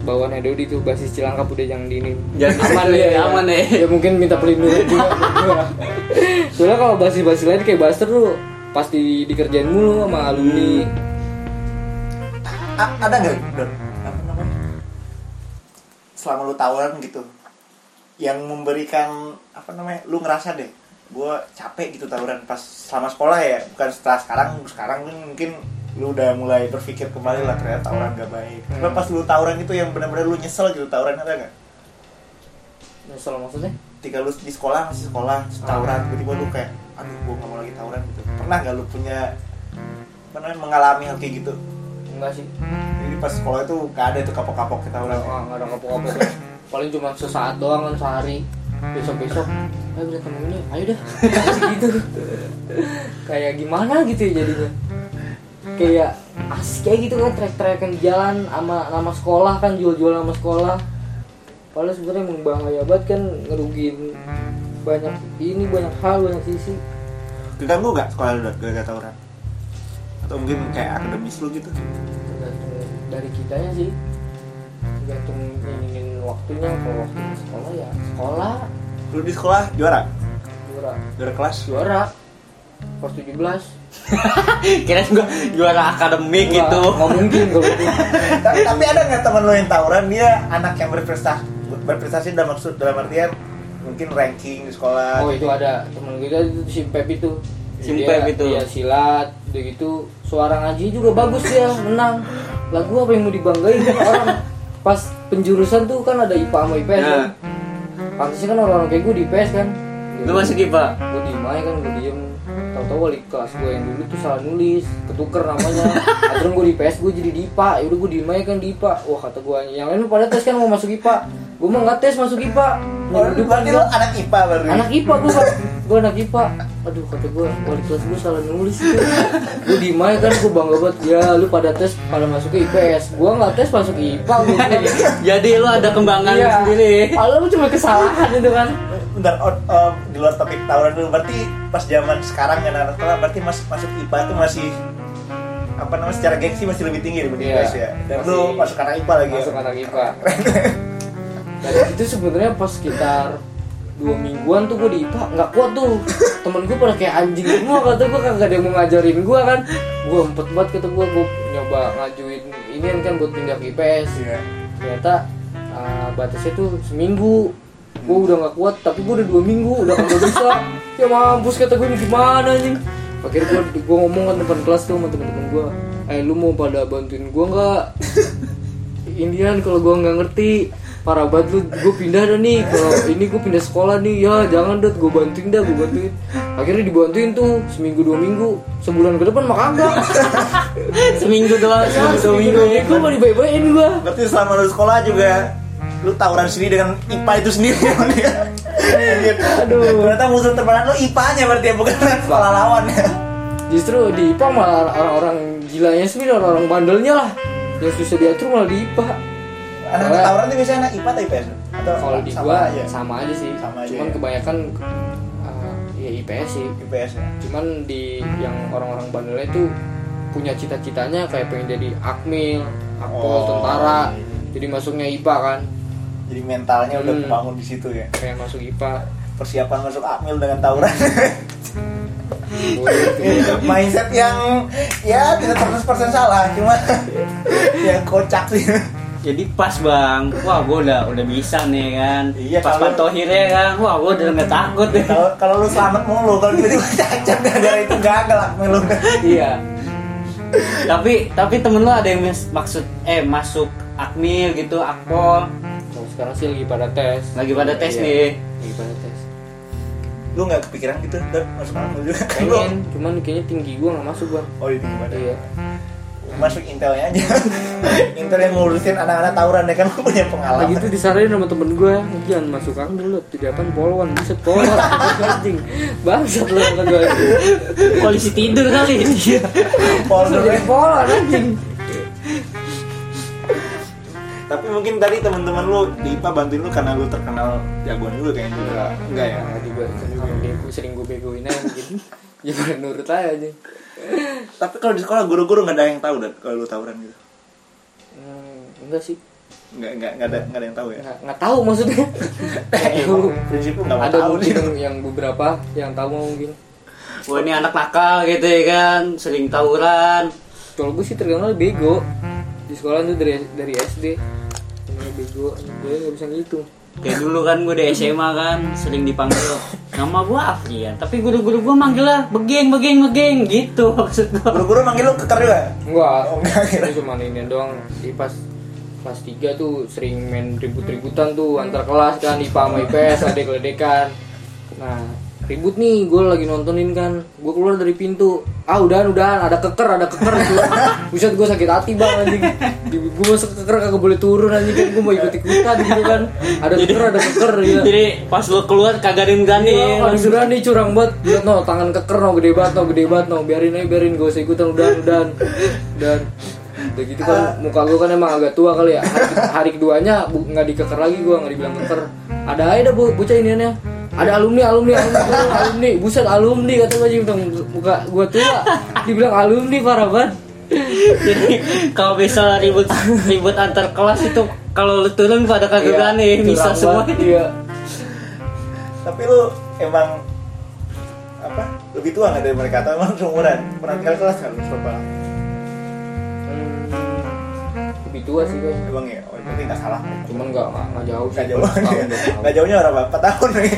bawaannya Dodi tuh basis Cilangkap udah jangan diinin. Jangan aman di- ya, aman ya. Ya mungkin minta perlindungan juga. Soalnya kalau basis-basis lain kayak Buster tuh pasti dikerjain mulu sama alumni. A- ada nggak Don? Apa namanya? Selama lu tawuran gitu, yang memberikan apa namanya? Lu ngerasa deh, gue capek gitu tawuran pas selama sekolah ya, bukan setelah sekarang. Sekarang kan mungkin lu udah mulai berpikir kembali lah ternyata tawuran gak baik. Tapi pas lu tawuran itu yang benar-benar lu nyesel gitu tawuran, ada nggak? Nyesel maksudnya? Ketika lu di sekolah masih sekolah terus tawuran, tiba-tiba lu kayak, aduh gue nggak mau lagi tawuran gitu. Pernah nggak lu punya apa namanya mengalami hal kayak gitu? Enggak sih. Jadi pas sekolah itu gak ada tuh kapok-kapok kita tawuran. Nggak nggak ada kapok-kapoknya. Paling cuma sesaat doang kan sehari. Besok-besok, ayo berantem ini, ayo dah. Gitu. Kayak gimana gitu ya jadinya. Kayak asik kayak gitu kan, trek-trekan di jalan sama nama sekolah kan, jual-jual nama sekolah. Padahal sebenarnya emang bahaya banget kan, ngerugiin banyak ini, banyak hal, banyak sisi. Terganggu gak sekolah lu gara-gara tawuran? Atau mungkin kayak akademis lu gitu? Tergantung dari kitanya sih, tergantung ingin waktunya. Kalau waktu di sekolah ya sekolah, Lu di sekolah juara? juara Juara kelas? juara kelas tujuh belas. Kira juga juara akademik Nggak, gitu. nggak mungkin kalau gitu. tapi, tapi ada nggak teman lu yang tawuran dia anak yang berprestasi? Berprestasi dalam maksud dalam artian mungkin ranking di sekolah. Oh itu ada temen kita itu si Pep itu. Si Dia- Pep itu. Dia silat, udah gitu suara ngaji juga bagus dia, menang. Lah gua apa yang mau dibanggain kan orang pas penjurusan tuh kan ada I P A sama I P S kan. Nah. Pantasnya kan orang-orang kayak gue di I P S kan. Lu masuk I P A? Gue diem aja kan, gue diem. Tahu-tahu wali kelas gue yang dulu tuh salah nulis, ketuker namanya. Akhirnya gue di I P S gue jadi di I P A. Yaudah gue diem aja kan di I P A. Wah kata gue, yang lain pada tes kan mau masuk I P A. Gue mah nggak tes masuk I P A. Oh, lu berarti lu anak I P A baru. Anak I P A gue kan, gue anak I P A. Aduh kata gue, wali kelas gue salah nulis itu. Gue diem aja kan, gue bangga banget. Ya lu pada tes pada masuk ke I P S. Gue nggak tes masuk I P A. Jadi lu ada kebanggaan Iya. sendiri. Padahal lu cuma kesalahan itu kan. Bentar, out, um, di luar topik tawuran dulu. Berarti pas zaman sekarang kan anak sekolah berarti mas, masuk I P A tuh masih apa namanya secara gengsi masih lebih tinggi dibanding I P S Iya, ya. Dan masih lu masuk anak I P A lagi. Masuk ya? anak I P A. Dan itu sebenarnya pas sekitar dua mingguan tuh gue di I P A nggak kuat tuh. Temen gue pada kayak anjing semua, kata gue kagak ada yang mau ngajarin gue kan. Gue empet banget kata gue, gue nyoba ngajuin ini kan buat pindah ke I P S. Iya. Ternyata uh, batasnya tuh seminggu. Gue udah nggak kuat, tapi gue udah dua minggu udah kagak bisa. Ya mampus kata gue, ini gimana anjing. Akhirnya gue gue ngomong kan depan kelas tuh sama temen-temen gue, eh lu mau pada bantuin gue nggak? Indian kalau gue nggak ngerti parah banget lu, gue pindah dah nih, kalau ini gue pindah sekolah nih. Ya jangan deh, gue bantuin dah, gue bantuin. Akhirnya dibantuin tuh seminggu dua minggu, sebulan ke depan mah kagak. Seminggu doang, seminggu dua minggu. Gue mau dibaik-baikin gue. Berarti selama lu sekolah juga lu tawuran sendiri dengan I P A itu sendiri. Aduh. Ternyata musuh terberat lu I P A-nya berarti ya, bukan sekolah lawan ya. Justru di I P A malah orang-orang gilanya sih, orang-orang bandelnya lah yang susah diatur malah di I P A. Anak Soalnya- tawuran itu biasanya anak I P A atau I P S? Atau Kalau di sama gua aja? sama aja sih, Sama aja cuman ya. kebanyakan uh, ya I P S sih. I P S ya. Cuman di yang orang-orang bandelnya itu punya cita-citanya kayak pengen jadi akmil, akpol, Oh, tentara. iya. Jadi masuknya I P A kan, Jadi mentalnya udah Hmm. kebangun di situ ya. kayak masuk I P A. Persiapan masuk Akmil dengan tawuran. Boleh itu. Mindset yang ya tidak seratus persen salah, cuma yang kocak sih. Jadi pas bang, wah gue udah udah bisa nih kan. Iya, Pas kalau- pantohirnya kan, wah gue udah nggak takut deh. Kalau kalau lu selamat mulu, kalau tiba-tiba cacat gara-gara itu gagal Akmil lu. Iya. tapi tapi temen lu ada yang mis- maksud eh masuk akmil gitu, akpol, Kalau sekarang sih lagi pada tes. lagi pada tes Iya, nih. Lagi pada tes. Lu nggak kepikiran gitu, Dan masuk Akmil juga? Pengen, cuman kayaknya tinggi gua nggak masuk bang. Oh ini gimana? Iya. Masuk Intelnya aja. Intel yang ngurusin anak-anak tawuran ya kan, lu punya pengalaman. Lagi tuh disaranin sama temen gue, jangan masuk akmil lu, tidak akan polwan, buset polwan, anjing, bangsat lu kata gue. Polisi tidur kali. Iya. Polder Jadi ya. polwan anjing. Tapi mungkin tadi teman-teman lu di I P A bantuin lu karena lu terkenal jagoan dulu kayaknya juga. Enggak ya? Nah, juga sering gue sering gue begoin aja mungkin. Ya pada nurut aja anjing. Tapi kalau di sekolah guru-guru nggak ada yang tahu dan kalau lu tawuran gitu. Hmm, enggak sih. nggak nggak nggak ada nggak ada yang tahu ya. nggak nggak tahu maksudnya. Emang prinsipnya nggak mau Ada tahu mungkin nih. yang, yang beberapa yang tahu mungkin. Wah ini anak nakal gitu ya kan, sering tawuran. Kalau gue sih terkenal bego di sekolah tuh dari dari S D. Namanya bego, gue nggak bisa ngitung. Kayak dulu kan gue di S M A kan sering dipanggil nama gue Afrian, tapi guru-guru gue manggil lah begeng begeng begeng gitu maksud gue. Guru-guru manggil lu keker juga? Enggak, Oh, enggak, kira. itu cuma ini doang. Di pas kelas tiga tuh sering main ribut-ributan tuh antar kelas kan, I P A sama I P S, ledek-ledekan. Nah, ribut nih, gue lagi nontonin kan, gue keluar dari pintu, ah udahan udahan, ada keker, ada keker gitu. Buset gue sakit hati bang anjing, gue masuk keker kagak boleh turun anjing kan, gue mau ikut ikutan gitu kan, ada keker ada keker ya. Jadi pas lo keluar kagak ada yang berani. Iya, ada berani curang banget, lihat no tangan keker no gede banget no gede banget no, biarin aja biarin, gue usah ikutan udahan udahan dan udah gitu kan muka gue kan emang agak tua kali ya. Hari, hari keduanya bu- nggak dikeker lagi, gue nggak dibilang keker, ada aja dah bu, bocah iniannya. Ada alumni, alumni, alumni, alumni, buset alumni kata gue aja muka gue tua, dibilang alumni parah banget. Jadi kalau bisa ribut ribut antar kelas itu kalau lu turun pada kagak berani, bisa semua. Iya. Tapi lu emang apa? Lebih tua nggak dari mereka atau emang seumuran? Pernah tinggal kelas kan lu berapa? Hmm, lebih tua sih gue. Emang ya? Oh, berarti nggak salah. Cuman nggak nggak nggak jauh. Nggak sih, jauh. setahun, dua tahun. Nggak jauhnya berapa? Empat tahun nih.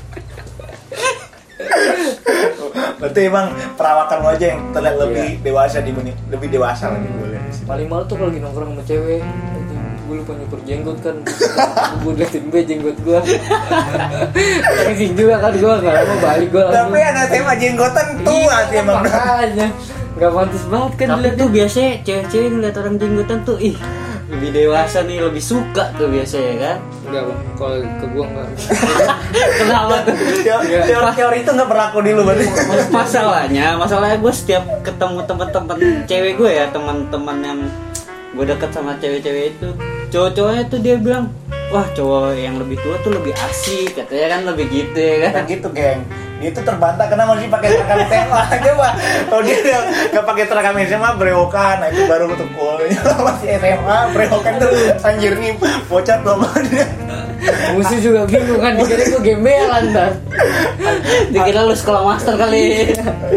Berarti emang perawakan lu aja yang terlihat lebih dewasa dibanding lebih dewasa lagi boleh. Paling malu tuh kalau lagi nongkrong sama cewek, gue lupa nyukur jenggot kan, gue liatin gue jenggot gue, tapi sih juga kan gue nggak lama balik gue langsung. Tapi anak tema jenggotan tua sih emang. Makanya nggak pantas banget kan Tapi dilihat tuh biasanya cewek-cewek ngeliat orang jenggotan tuh ih lebih dewasa nih, lebih suka tuh biasanya kan. Enggak bang, kalau ke gue enggak. Kenapa tuh? Teori-teori itu nggak berlaku di lu berarti. Masalahnya, masalahnya gue setiap ketemu teman-teman cewek gue ya, teman-teman yang gue deket sama cewek-cewek itu, cowok-cowoknya tuh dia bilang, wah cowok yang lebih tua tuh lebih asik, katanya kan lebih gitu ya kan. Kan gitu geng, dia itu terbantah karena masih pakai seragam S M A aja pak. Kalau dia nggak pakai seragam S M A brewokan, nah itu baru tuh coolnya. Masih S M A brewokan tuh anjir nih bocah tua banget. Musuh juga bingung kan, dikira gue gembelan dan Dikira lu sekolah master kali.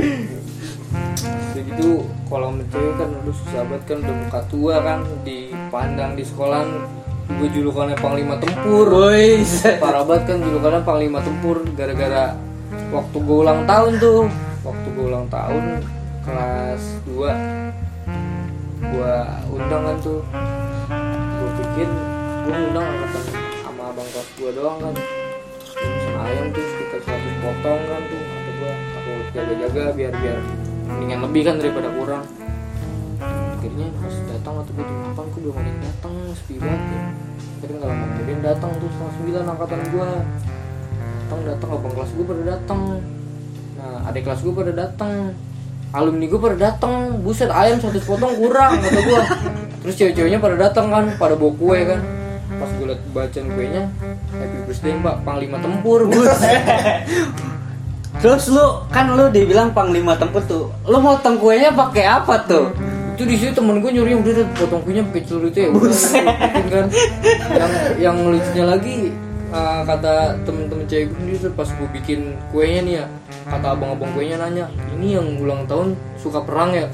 begitu. Kalau sama cewek kan lu susah banget kan, udah muka tua kan, dipandang di sekolah gue julukannya Panglima Tempur. Boy, Parah banget kan julukannya Panglima Tempur gara-gara waktu gue ulang tahun tuh, waktu gue ulang tahun kelas dua gue undang kan tuh, gue pikir gue undang angkatan sama abang kelas gue doang kan, terus ayam tuh sekitar seratus potong kan tuh, atau gue aku jaga-jaga biar biar mendingan lebih kan daripada kurang. Akhirnya pas datang atau gue tuh kapan gue belum ada yang datang, sepi banget ya. Akhirnya nggak lama kemudian datang tuh setengah sembilan angkatan gue, datang datang abang kelas gue pada datang, nah adik kelas gue pada datang, alumni gue pada datang, buset ayam satu potong kurang kata gue. Terus cewek-ceweknya pada datang kan, pada bawa kue kan. Pas gue liat bacaan kuenya, happy birthday mbak Panglima Tempur. Buset. terus lu kan lu dibilang Panglima Tempur tuh, lu mau potong kuenya pakai apa tuh? Itu di situ temen gue nyuri udah deh potong kuenya pakai celurit ya udah gitu kan. Yang yang lucunya lagi uh, kata temen-temen cewek gue itu pas gue bikin kuenya nih ya, kata abang-abang kuenya nanya, ini yang ulang tahun suka perang ya?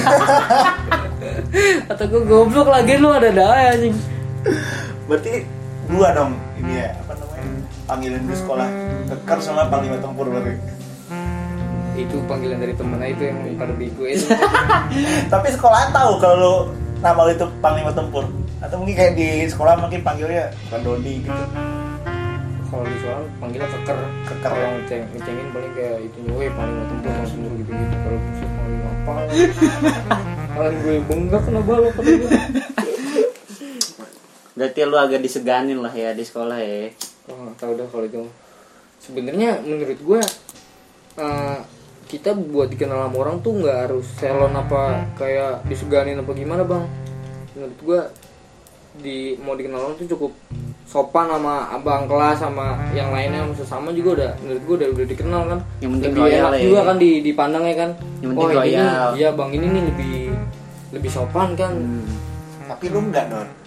Kata gue goblok lagi lu ada daya anjing. Berarti dua dong ini ya apa namanya panggilan di sekolah keker sama Panglima Tempur berarti. Itu panggilan dari temennya itu yang pada bego itu. Tapi sekolah tahu kalau lu nama lu itu Panglima Tempur atau mungkin kayak di sekolah mungkin panggilnya bukan Dodi gitu. Kalau di sekolah panggilnya keker, keker yang ngeceng, ngecengin paling kayak itu nyowe Panglima Tempur langsung dulu gitu-gitu. Kalau khusus Panglima apa? Kalian gue bengkak kenapa lo kata gue. Berarti lu agak diseganin lah ya di sekolah ya. Oh, nggak tahu dah kalau itu. Sebenarnya menurut gue uh, kita buat dikenal sama orang tuh nggak harus selon apa kayak diseganin apa gimana bang. Menurut gue di mau dikenal orang tuh cukup sopan sama abang kelas sama yang lainnya sama sesama juga udah menurut gue udah udah dikenal kan. Yang penting Lebih loyal enak ya. juga kan di dipandang ya kan. Yang penting oh ini loyal. iya bang ini nih lebih lebih sopan kan. Hmm. Tapi lu enggak Don.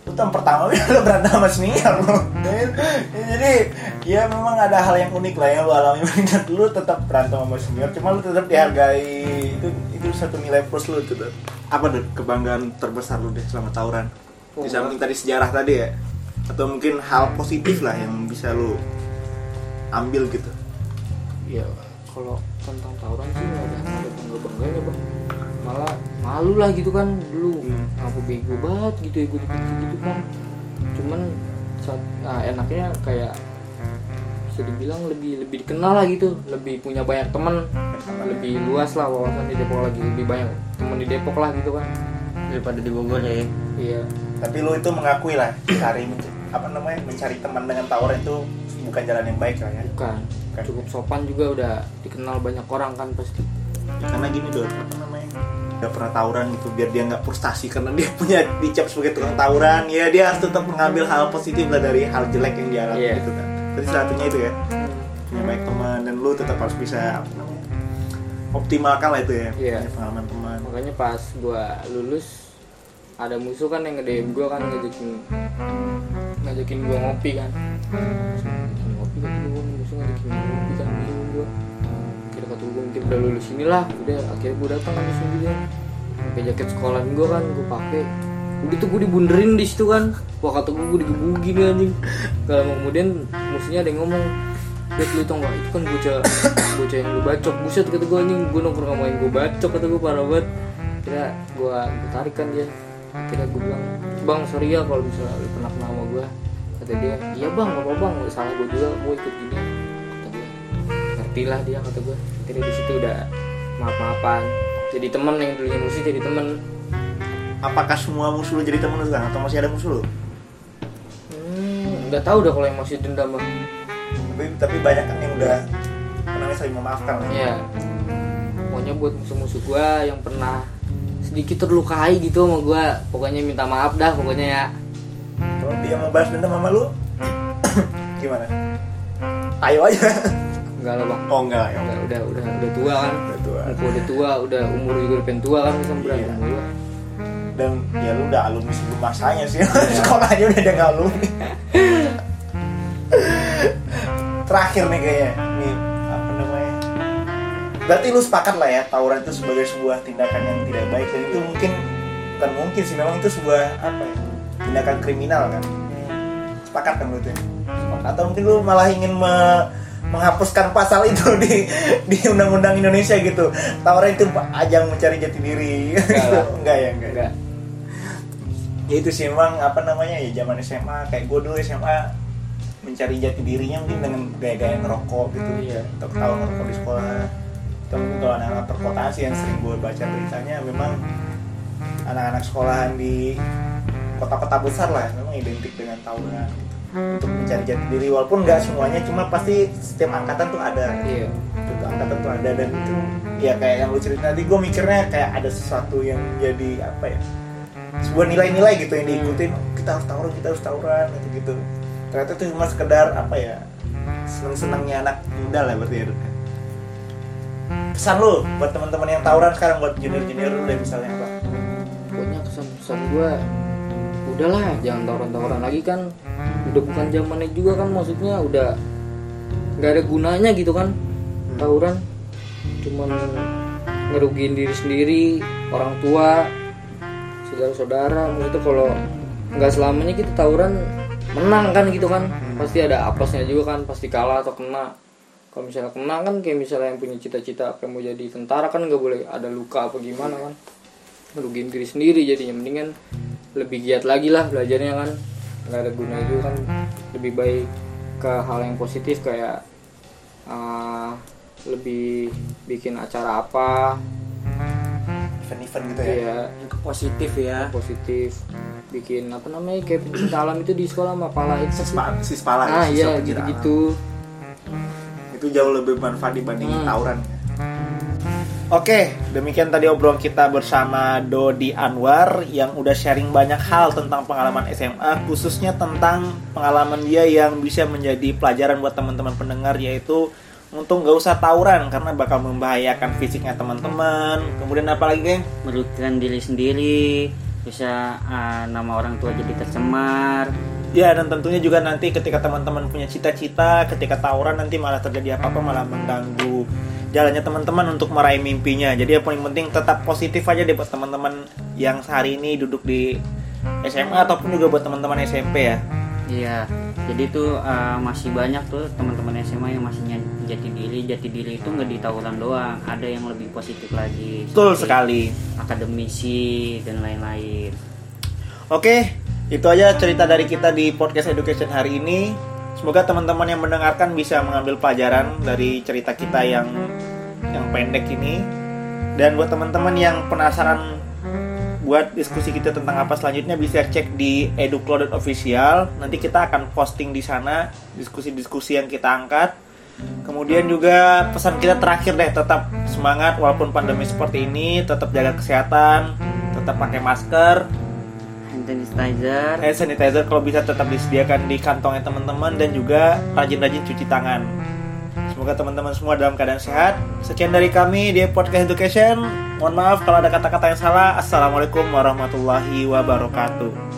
Lu tahun pertama lu berantem sama senior lu. Jadi ya memang ada hal yang unik lah yang lu alami. Lu tetap berantem sama senior, cuma lu tetap dihargai. Itu itu satu nilai plus lu tuh. Apa tuh kebanggaan terbesar lu deh selama tawuran? Di samping tadi sejarah tadi ya, atau mungkin hal positif lah yang bisa lu ambil gitu. Ya kalau tentang tawuran sih nggak ada nggak ada bangga bangganya bang, malah malu lah gitu kan dulu. hmm. Aku bego banget gitu ikut ikut gitu kan, cuman saat, nah enaknya kayak bisa dibilang lebih lebih dikenal lah gitu, lebih punya banyak teman, lebih luas lah wawasan di Depok, lagi lebih banyak teman di Depok lah gitu kan daripada di Bogor ya. Iya. Tapi lu itu mengakui lah cari apa namanya mencari teman dengan tawuran itu bukan jalan yang baik lah ya. Bukan. Bukan. Cukup sopan juga udah dikenal banyak orang kan pasti. Ya, karena gini Dor, apa namanya? Udah pernah tawuran gitu biar dia nggak frustasi karena dia punya dicap sebagai tukang tawuran, ya dia harus tetap mengambil hal positif lah dari hal jelek yang dia alami yeah. gitu kan. Jadi salah satunya itu ya. Punya banyak teman dan lu tetap harus bisa apa namanya? Optimalkan lah itu ya. Yeah. Punya pengalaman teman. Makanya pas gua lulus ada musuh kan yang nge-D M gua kan ngajakin ngajakin gua ngopi kan. Ngopi kan dulu musuh ngajakin gua ngopi kan bingung gua. Kira kata gua mungkin udah lulus inilah, udah akhirnya gua datang kan di sini dia. Pakai jaket sekolahan gua kan gua pakai. Udah tuh gua dibunderin di situ kan. Wah kata gua gua digebugin anjing. Kalau kemudian musuhnya ada yang ngomong, "Bet lu tau gak, itu kan bocah bocah yang lu bacok." Buset kata gua anjing, gua nongkrong sama yang gua bacok kata gua parah banget. Kira gua gua tarik kan dia. Akhirnya gue bilang, "Bang sorry ya kalau misalnya lu pernah kenal sama gue." Kata dia, "Iya bang, gak apa-apa bang, salah gue juga, gue ikut gini." Kata gue, ngertilah dia kata gue. Akhirnya di situ udah maaf-maafan. Jadi teman yang dulunya musuh jadi teman. Apakah semua musuh lu jadi teman lu sekarang atau masih ada musuh lu? Hmm, nggak tahu dah kalau yang masih dendam bang. Tapi tapi banyak kan yang udah namanya saling memaafkan lah. Iya. Pokoknya buat musuh-musuh gue yang pernah sedikit terlukai gitu sama gue, pokoknya minta maaf dah pokoknya ya. Kalau dia mau balas dendam sama lu gimana? Ayo aja. Enggak lah bang. Oh enggak ya. Udah udah udah udah tua kan. Udah tua. Muka udah tua, udah umur juga udah pengen tua kan bisa berantem Iya. dulu. Dan ya lu udah alumni sebelum masanya sih. Sekolahnya udah ada alumni. Terakhir nih kayaknya nih apa namanya? Berarti lu sepakat lah ya tawuran itu sebagai sebuah tindakan yang tidak baik dan itu mungkin bukan mungkin sih memang itu sebuah apa ya? Tindakan kriminal kan. Sepakat kan lu tuh? Sepakat. Atau mungkin lu malah ingin me- menghapuskan pasal itu di di undang-undang Indonesia gitu. Tawuran itu ajang mencari jati diri. Enggak, enggak ya, enggak. Enggak. Ya itu sih memang apa namanya ya zaman S M A kayak gue dulu S M A mencari jati dirinya mungkin dengan gaya-gaya ngerokok gitu ya, atau ketawa ngerokok di sekolah. Atau mungkin kalau anak-anak perkotaan sih yang sering gue baca beritanya memang anak-anak sekolahan di kota-kota besar lah memang identik dengan tawuran gitu. Untuk mencari jati diri walaupun nggak semuanya, cuma pasti setiap angkatan tuh ada. Iya. Setiap angkatan tuh ada dan itu ya kayak yang lu cerita tadi gue mikirnya kayak ada sesuatu yang jadi apa ya, sebuah nilai-nilai gitu yang diikutin. Kita harus tawuran, kita harus tawuran gitu gitu. Ternyata itu cuma sekedar apa ya, seneng-senengnya anak muda lah berarti ya. Pesan lu buat teman-teman yang tawuran sekarang, buat junior-junior lu deh misalnya apa? Pokoknya kesan-kesan gue udahlah jangan tawuran-tawuran lagi kan, udah bukan zamannya juga kan, maksudnya udah nggak ada gunanya gitu kan tawuran, cuman ngerugiin diri sendiri, orang tua, saudara-saudara. Maksudnya kalau nggak selamanya kita tawuran menang kan gitu kan, pasti ada apesnya juga kan, pasti kalah atau kena. Kalau misalnya kena kan kayak misalnya yang punya cita-cita apa mau jadi tentara kan nggak boleh ada luka apa gimana kan, ngerugiin diri sendiri jadinya. Mendingan lebih giat lagi lah belajarnya kan, nggak ada gunanya juga kan, lebih baik ke hal yang positif kayak uh, lebih bikin acara apa Event-event gitu ya. ya Positif ya. positif, bikin apa namanya kayak pencinta alam itu di sekolah sama pala itu Sispa, sispala ah siswa iya pencinta alam. gitu-gitu. Itu jauh lebih bermanfaat dibandingin Hmm. tawuran. Oke, demikian tadi obrolan kita bersama Dodi Anwar yang udah sharing banyak hal tentang pengalaman S M A, khususnya tentang pengalaman dia yang bisa menjadi pelajaran buat teman-teman pendengar, yaitu untuk nggak usah tawuran karena bakal membahayakan fisiknya teman-teman. Kemudian apa lagi, geng? Merugikan diri sendiri, bisa uh, nama orang tua jadi tercemar. Ya, dan tentunya juga nanti ketika teman-teman punya cita-cita, ketika tawuran nanti malah terjadi apa-apa malah mengganggu jalannya teman-teman untuk meraih mimpinya. Jadi yang paling penting tetap positif aja deh buat teman-teman yang sehari ini duduk di S M A ataupun juga buat teman-teman S M P ya. Iya, jadi tuh uh, masih banyak tuh teman-teman S M A yang masih jati diri. Jati diri itu nggak di tawuran doang, ada yang lebih positif lagi. Betul sekali. Akademisi dan lain-lain. Oke, itu aja cerita dari kita di podcast Education hari ini. Semoga teman-teman yang mendengarkan bisa mengambil pelajaran dari cerita kita yang yang pendek ini. Dan buat teman-teman yang penasaran buat diskusi kita tentang apa selanjutnya, bisa cek di eduklo dot official. Nanti kita akan posting di sana diskusi-diskusi yang kita angkat. Kemudian juga pesan kita terakhir deh, tetap semangat walaupun pandemi seperti ini, tetap jaga kesehatan, tetap pakai masker, Hand sanitizer. hand sanitizer kalau bisa tetap disediakan di kantongnya teman-teman, dan juga rajin-rajin cuci tangan. Semoga teman-teman semua dalam keadaan sehat. Sekian dari kami di Podcast Education. Mohon maaf kalau ada kata-kata yang salah. Assalamualaikum warahmatullahi wabarakatuh.